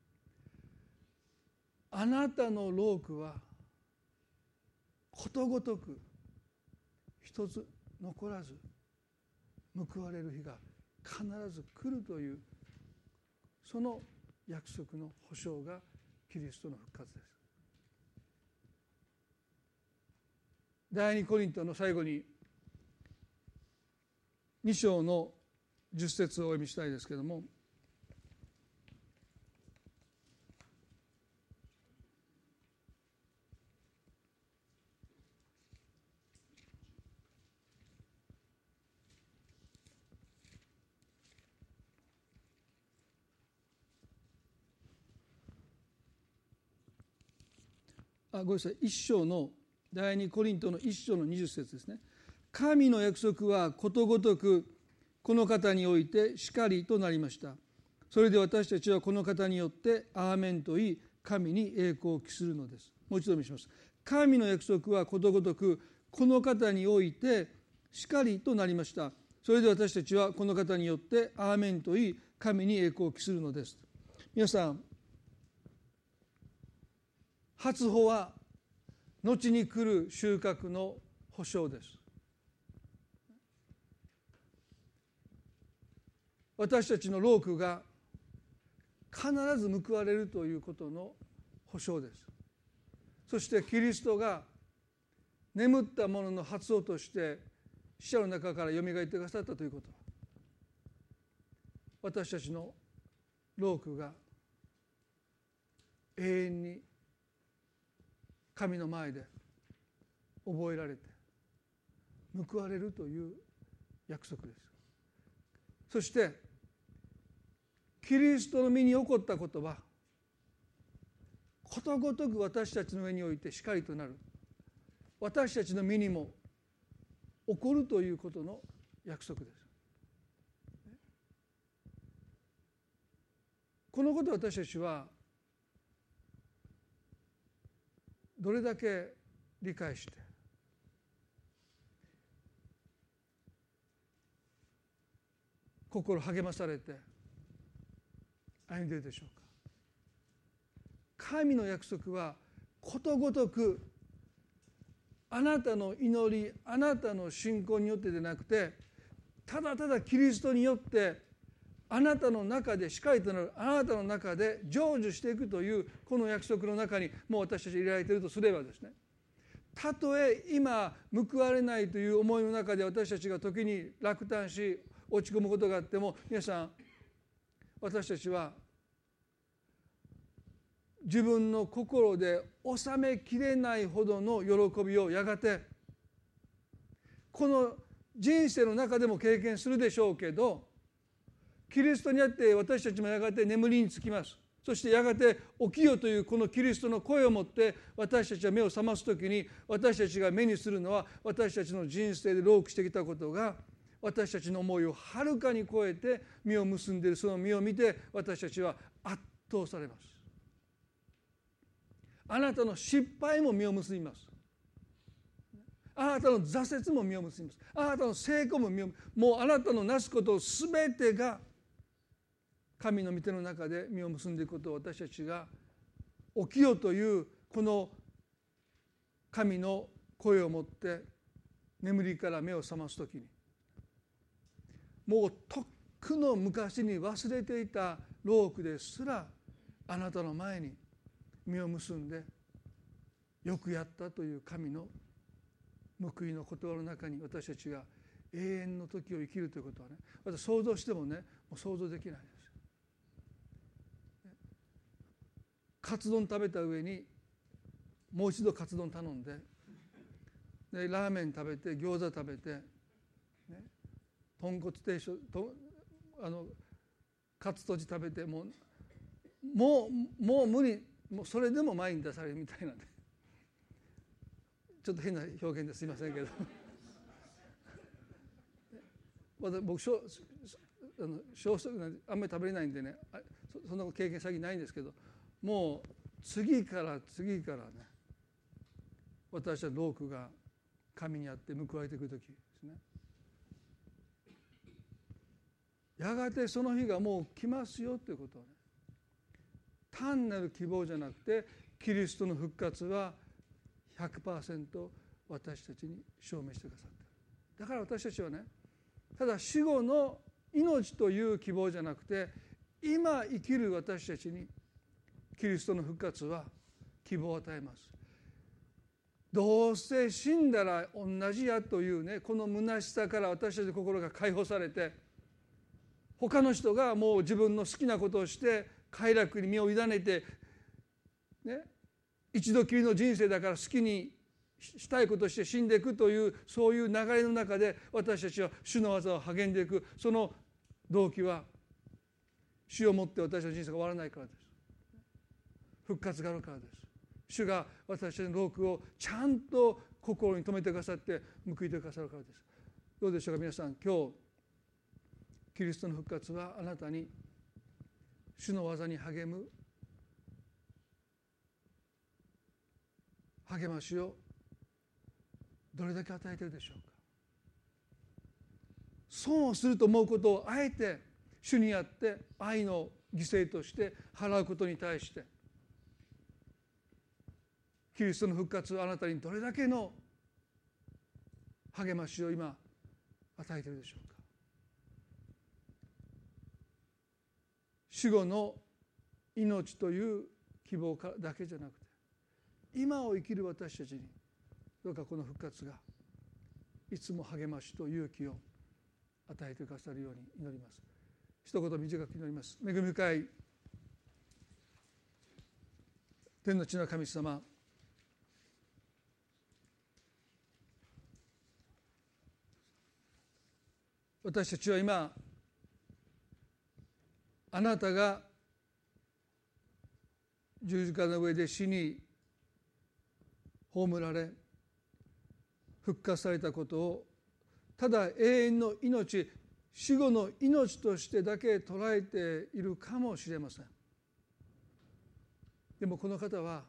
あなたの労苦はことごとく一つ残らず報われる日が必ず来るという、その約束の保証がキリストの復活です。第二コリントの最後に2章の10節をお読みしたいですけれども、ごめんなさい、1章の第二コリントの1章の20節ですね。神の約束はことごとくこの方においてしかりとなりました。それで私たちはこの方によってアーメンと言い、神に栄光を期するのです。もう一度見します。神の約束はことごとくこの方においてしかりとなりました。それで私たちはこの方によってアーメンと言い、神に栄光を期するのです。皆さん、初穂は後に来る収穫の保証です。私たちの労苦が必ず報われるということの保証です。そしてキリストが眠った者の発音として死者の中からよみがえってくださったということは、私たちの労苦が永遠に神の前で覚えられて報われるという約束です。そしてキリストの身に起こったことはことごとく私たちの上においてしかりとなる、私たちの身にも起こるということの約束です。このことを私たちはどれだけ理解して心励まされて歩んでいるでしょうか。神の約束はことごとくあなたの祈り、あなたの信仰によってでなくて、ただただキリストによってあなたの中でしかりとなる、あなたの中で成就していくというこの約束の中にもう私たち入れられているとすればですね、たとえ今報われないという思いの中で私たちが時に落胆し落ち込むことがあっても、皆さん、私たちは自分の心で収めきれないほどの喜びをやがてこの人生の中でも経験するでしょうけど、キリストにあって私たちもやがて眠りにつきます。そしてやがて起きよというこのキリストの声をもって私たちは目を覚ますときに、私たちが目にするのは私たちの人生で労苦してきたことが私たちの思いをはるかに超えて実を結んでいる。その実を見て私たちは圧倒されます。あなたの失敗も実を結びます。あなたの挫折も実を結びます。あなたの成功も実を結びます。もうあなたのなすことすべてが神の御手の中で実を結んでいくことを私たちが起きよというこの神の声をもって眠りから目を覚ますときに、もうとっくの昔に忘れていた労苦ですらあなたの前に実を結んで、よくやったという神の報いの言葉の中に私たちが永遠の時を生きるということはね、私想像してもね、もう想像できないです。カツ丼食べた上にもう一度カツ丼頼んで、でラーメン食べて餃子食べて、ね、豚骨定食カツとじ食べて、もう無理、もうそれでも前に出されるみたいなね、ちょっと変な表現ですいませんけど僕小食あんまり食べれないんでね、そんな経験先ないんですけど、もう次からね、私は労苦が神にあって報われてくる時ですね。やがてその日がもう来ますよということはね、単なる希望じゃなくてキリストの復活は 100% 私たちに証明してくださっている。だから私たちはね、ただ死後の命という希望じゃなくて、今生きる私たちにキリストの復活は希望を与えます。どうせ死んだら同じやというね、この虚しさから私たちの心が解放されて、他の人がもう自分の好きなことをして快楽に身を委ねて、ね、一度きりの人生だから好きにしたいことをして死んでいくという、そういう流れの中で私たちは主の技を励んでいく。その動機は主をもって私の人生が終わらないからです。復活があるからです。主が私たちの労苦をちゃんと心に留めてくださって報いてくださるからです。どうでしょうか皆さん、今日キリストの復活はあなたに主の技に励む励ましをどれだけ与えているでしょうか。損をすると思うことをあえて主にあって愛の犠牲として払うことに対して、キリストの復活はあなたにどれだけの励ましを今与えているでしょうか。死後の命という希望だけじゃなくて、今を生きる私たちにどうかこの復活がいつも励ましと勇気を与えてくださるように祈ります。一言短く祈ります。恵み深い天の地の神様、私たちは今あなたが十字架の上で死に葬られ復活されたことをただ永遠の命、死後の命としてだけ捉えているかもしれません。でもこの方は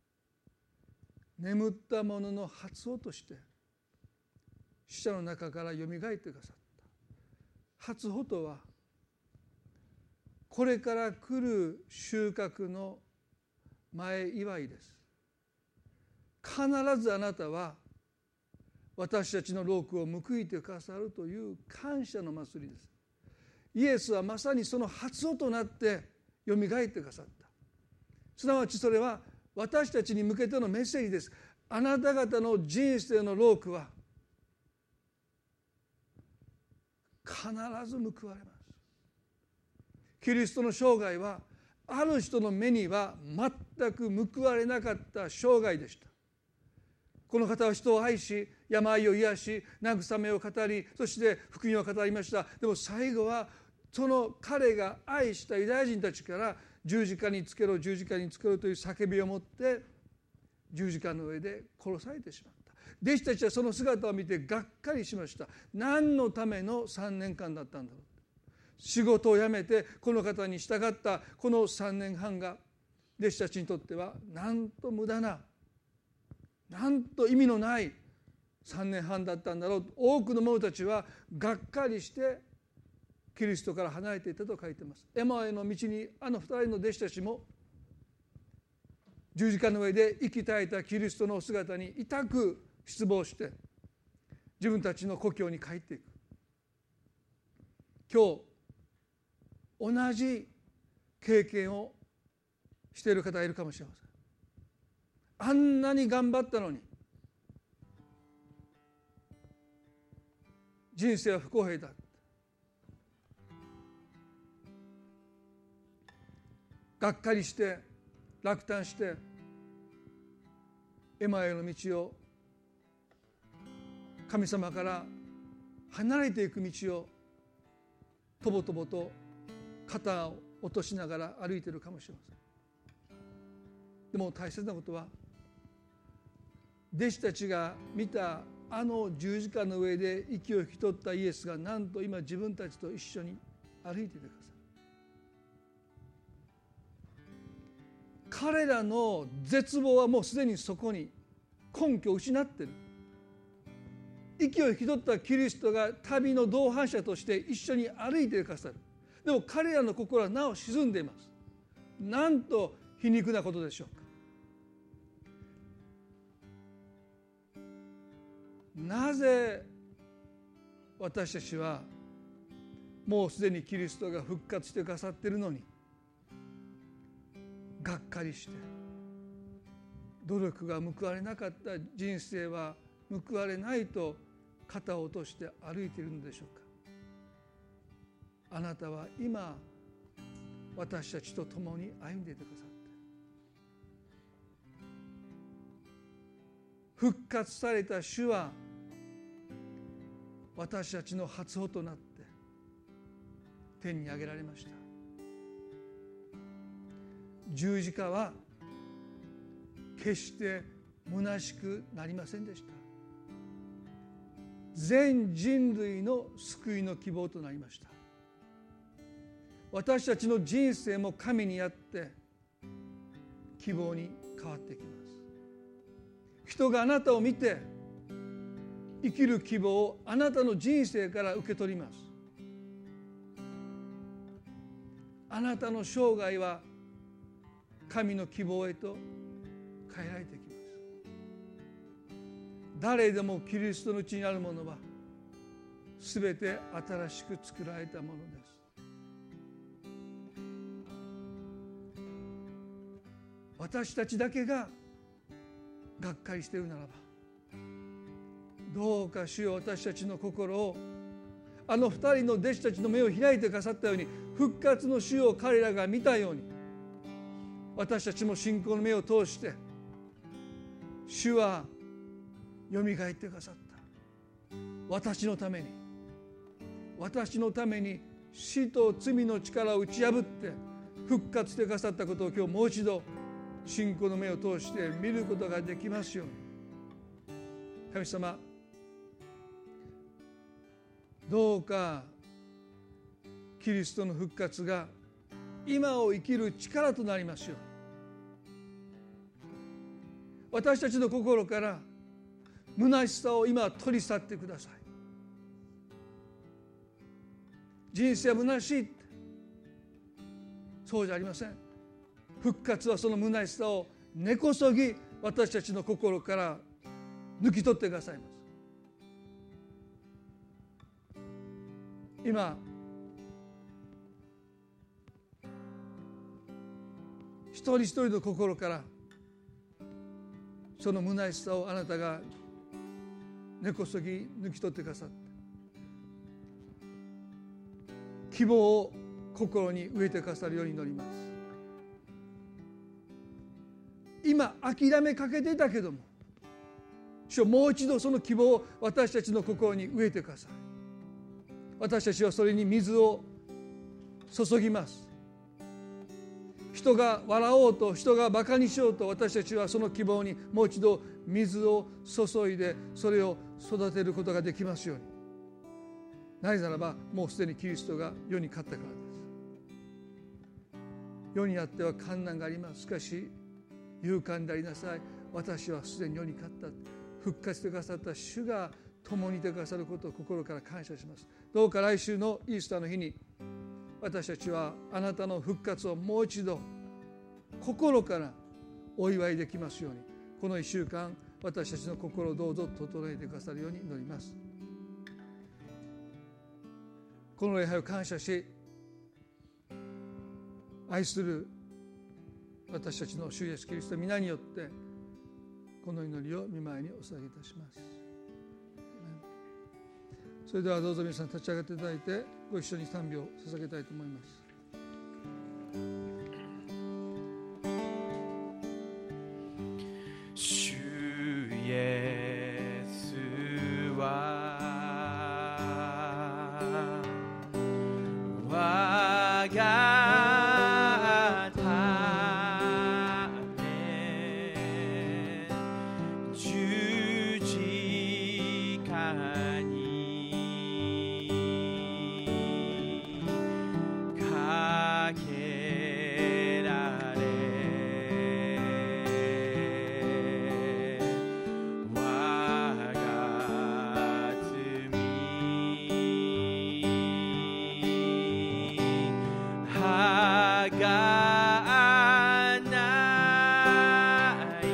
眠ったものの初音として死者の中からよみがえってくださった。初穂とはこれから来る収穫の前祝いです。必ずあなたは私たちの労苦を報いてくださるという感謝の祭りです。イエスはまさにその初音となってよみがえってくださった。すなわちそれは私たちに向けてのメッセージです。あなた方の人生の労苦は必ず報われます。キリストの生涯はある人の目には全く報われなかった生涯でした。この方は人を愛し、病を癒し、慰めを語り、そして福音を語りました。でも最後はその彼が愛したユダヤ人たちから十字架につけろ、十字架につけろという叫びを持って十字架の上で殺されてしまった。弟子たちはその姿を見てがっかりしました。何のための3年間だったんだろう。仕事を辞めてこの方に従ったこの3年半が弟子たちにとってはなんと無駄な、なんと意味のない3年半だったんだろう。多くの者たちはがっかりしてキリストから離れていったと書いています。エマへの道にあの2人の弟子たちも十字架の上で息絶えたキリストの姿に痛く失望して自分たちの故郷に帰っていく。今日同じ経験をしている方がいるかもしれません。あんなに頑張ったのに人生は不公平だ、がっかりして落胆してエマへの道を、神様から離れていく道をとぼとぼと肩を落としながら歩いているかもしれません。でも大切なことは、弟子たちが見たあの十字架の上で息を引き取ったイエスがなんと今自分たちと一緒に歩いていてください。彼らの絶望はもうすでにそこに根拠を失っている。息を引き取ったキリストが旅の同伴者として一緒に歩いてくださる。でも彼らの心はなお沈んでいます。なんと皮肉なことでしょうか。なぜ私たちはもうすでにキリストが復活してくださっているのにがっかりして、努力が報われなかった人生は報われないと肩を落として歩いているのでしょうか。あなたは今私たちと共に歩んでいてくださって、復活された主は私たちの初歩となって天に上げられました。十字架は決して虚しくなりませんでした。全人類の救いの希望となりました。私たちの人生も神にあって希望に変わってきます。人があなたを見て生きる希望をあなたの人生から受け取ります。あなたの生涯は神の希望へと変えられてきます。誰でもキリストのうちにあるものはすべて新しく作られたものです。私たちだけががっかりしているならば、どうか主よ、私たちの心をあの二人の弟子たちの目を開いてくださったように、復活の主を彼らが見たように、私たちも信仰の目を通して主はよみがえってくださった。私のために死と罪の力を打ち破って復活してくださったことを今日もう一度信仰の目を通して見ることができますように。神様、どうかキリストの復活が今を生きる力となりますように。私たちの心から虚しさを今取り去ってください。人生は虚しい、そうじゃありません。復活はその虚しさを根こそぎ私たちの心から抜き取ってくださいます。今一人一人の心からその虚しさをあなたが根こそぎ抜き取ってくださって、希望を心に植えてくださるように祈ります。 今諦めかけていたけども、主よ、もう一度その希望を私たちの心に植えてください。私たちはそれに水を注ぎます。人が笑おうと、人がバカにしようと、私たちはその希望にもう一度水を注いで、それを育てることができますように。なぜならば、もうすでにキリストが世に勝ったからです。世にあっては困難があります。しかし勇敢でありなさい。私はすでに世に勝った。復活してくださった主が共にいてくださることを心から感謝します。どうか来週のイースターの日に、私たちはあなたの復活をもう一度心からお祝いできますように、この1週間私たちの心をどうぞ整えてくださるように祈ります。この礼拝を感謝し、愛する私たちの主イエスキリストの皆によってこの祈りを御前にお捧げいたします。それではどうぞ皆さん立ち上がっていただいて、ご一緒に賛美を捧げたいと思います。 主イエスは我がため十字架にかけられ、我が罪はがない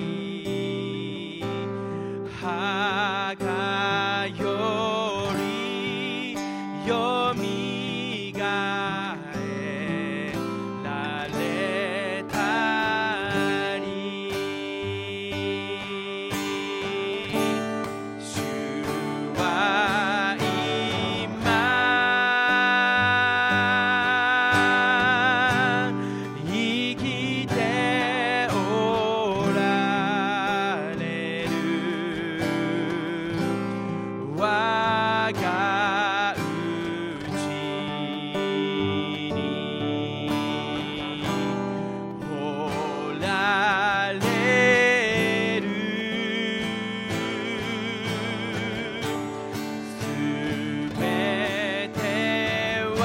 はがよりよみがえられたり、主は今生きておられる。我がうちにおられる。すべては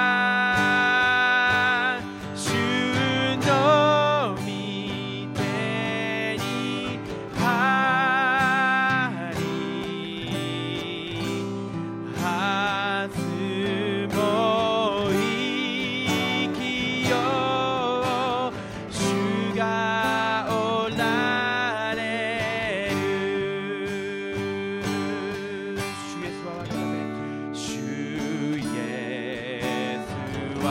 主の御手にあり、明日も生きよう。主がおられる。主イエスは我がため、主イエスは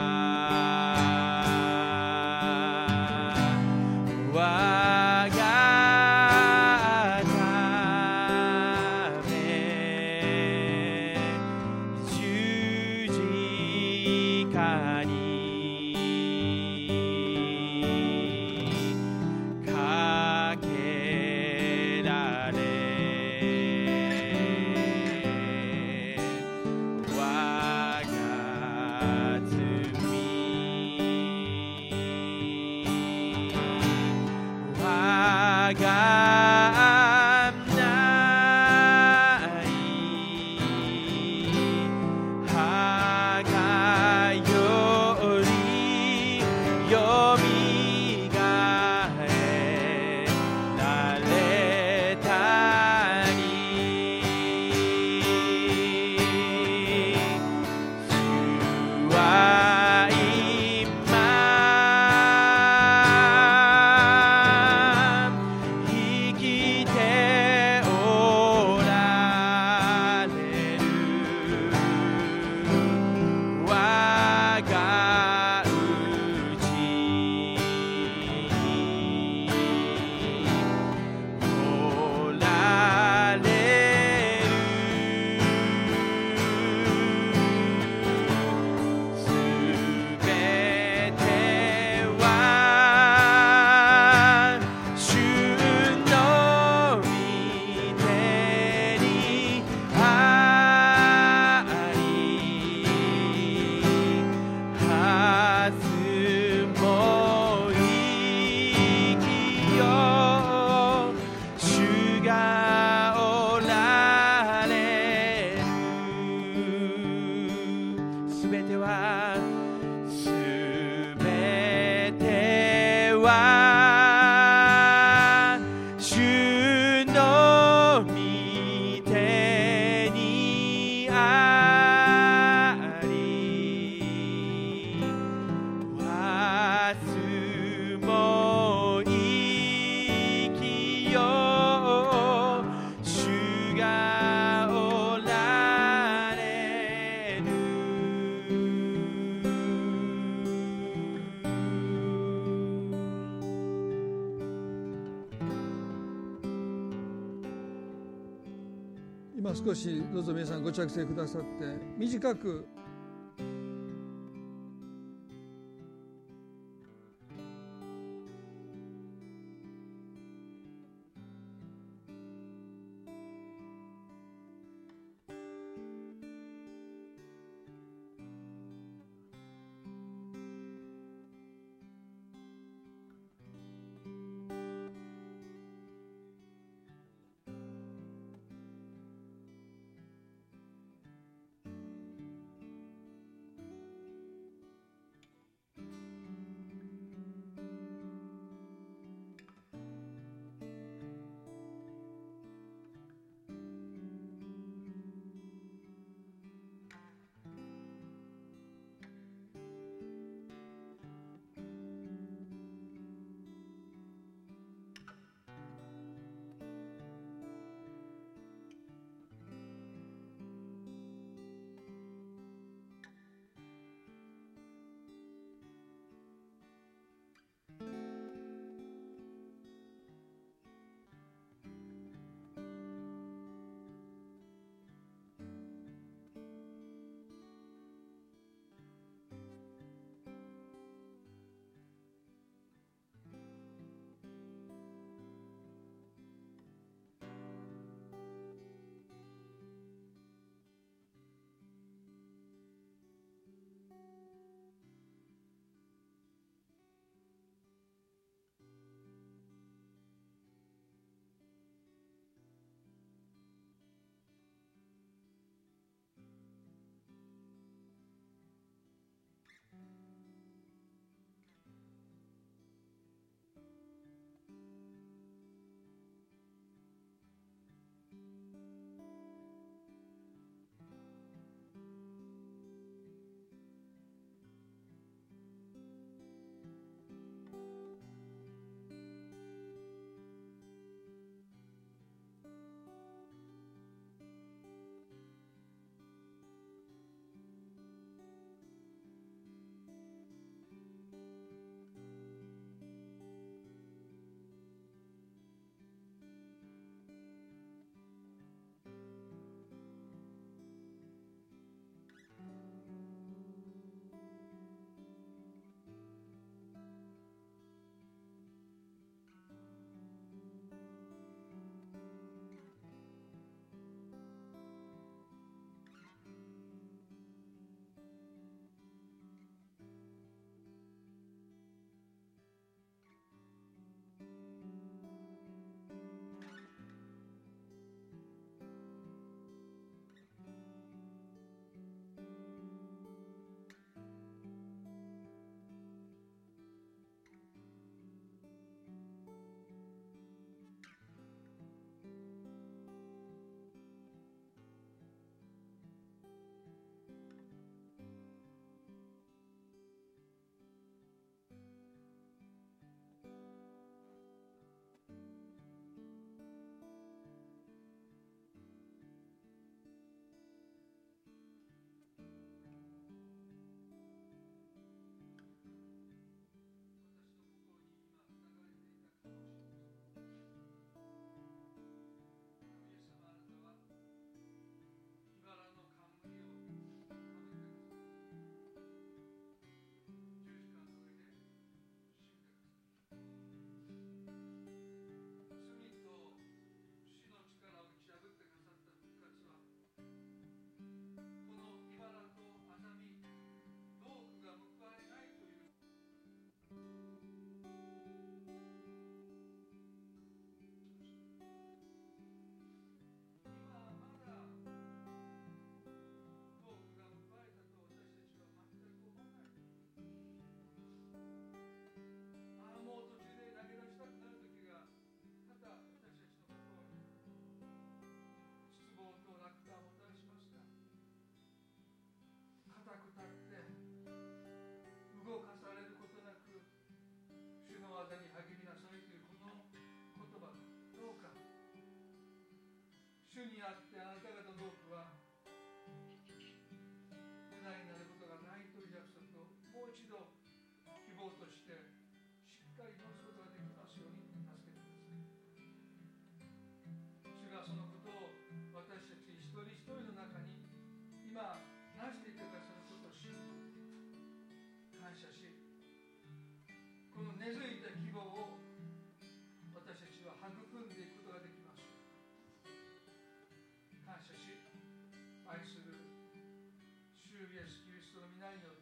我がため十字架にかけられ、我が罪はがないはがよありわすも生きよう主がおられる今少しどうぞ皆さんご着席くださって短く謝し、愛する主イエスキリストの皆によって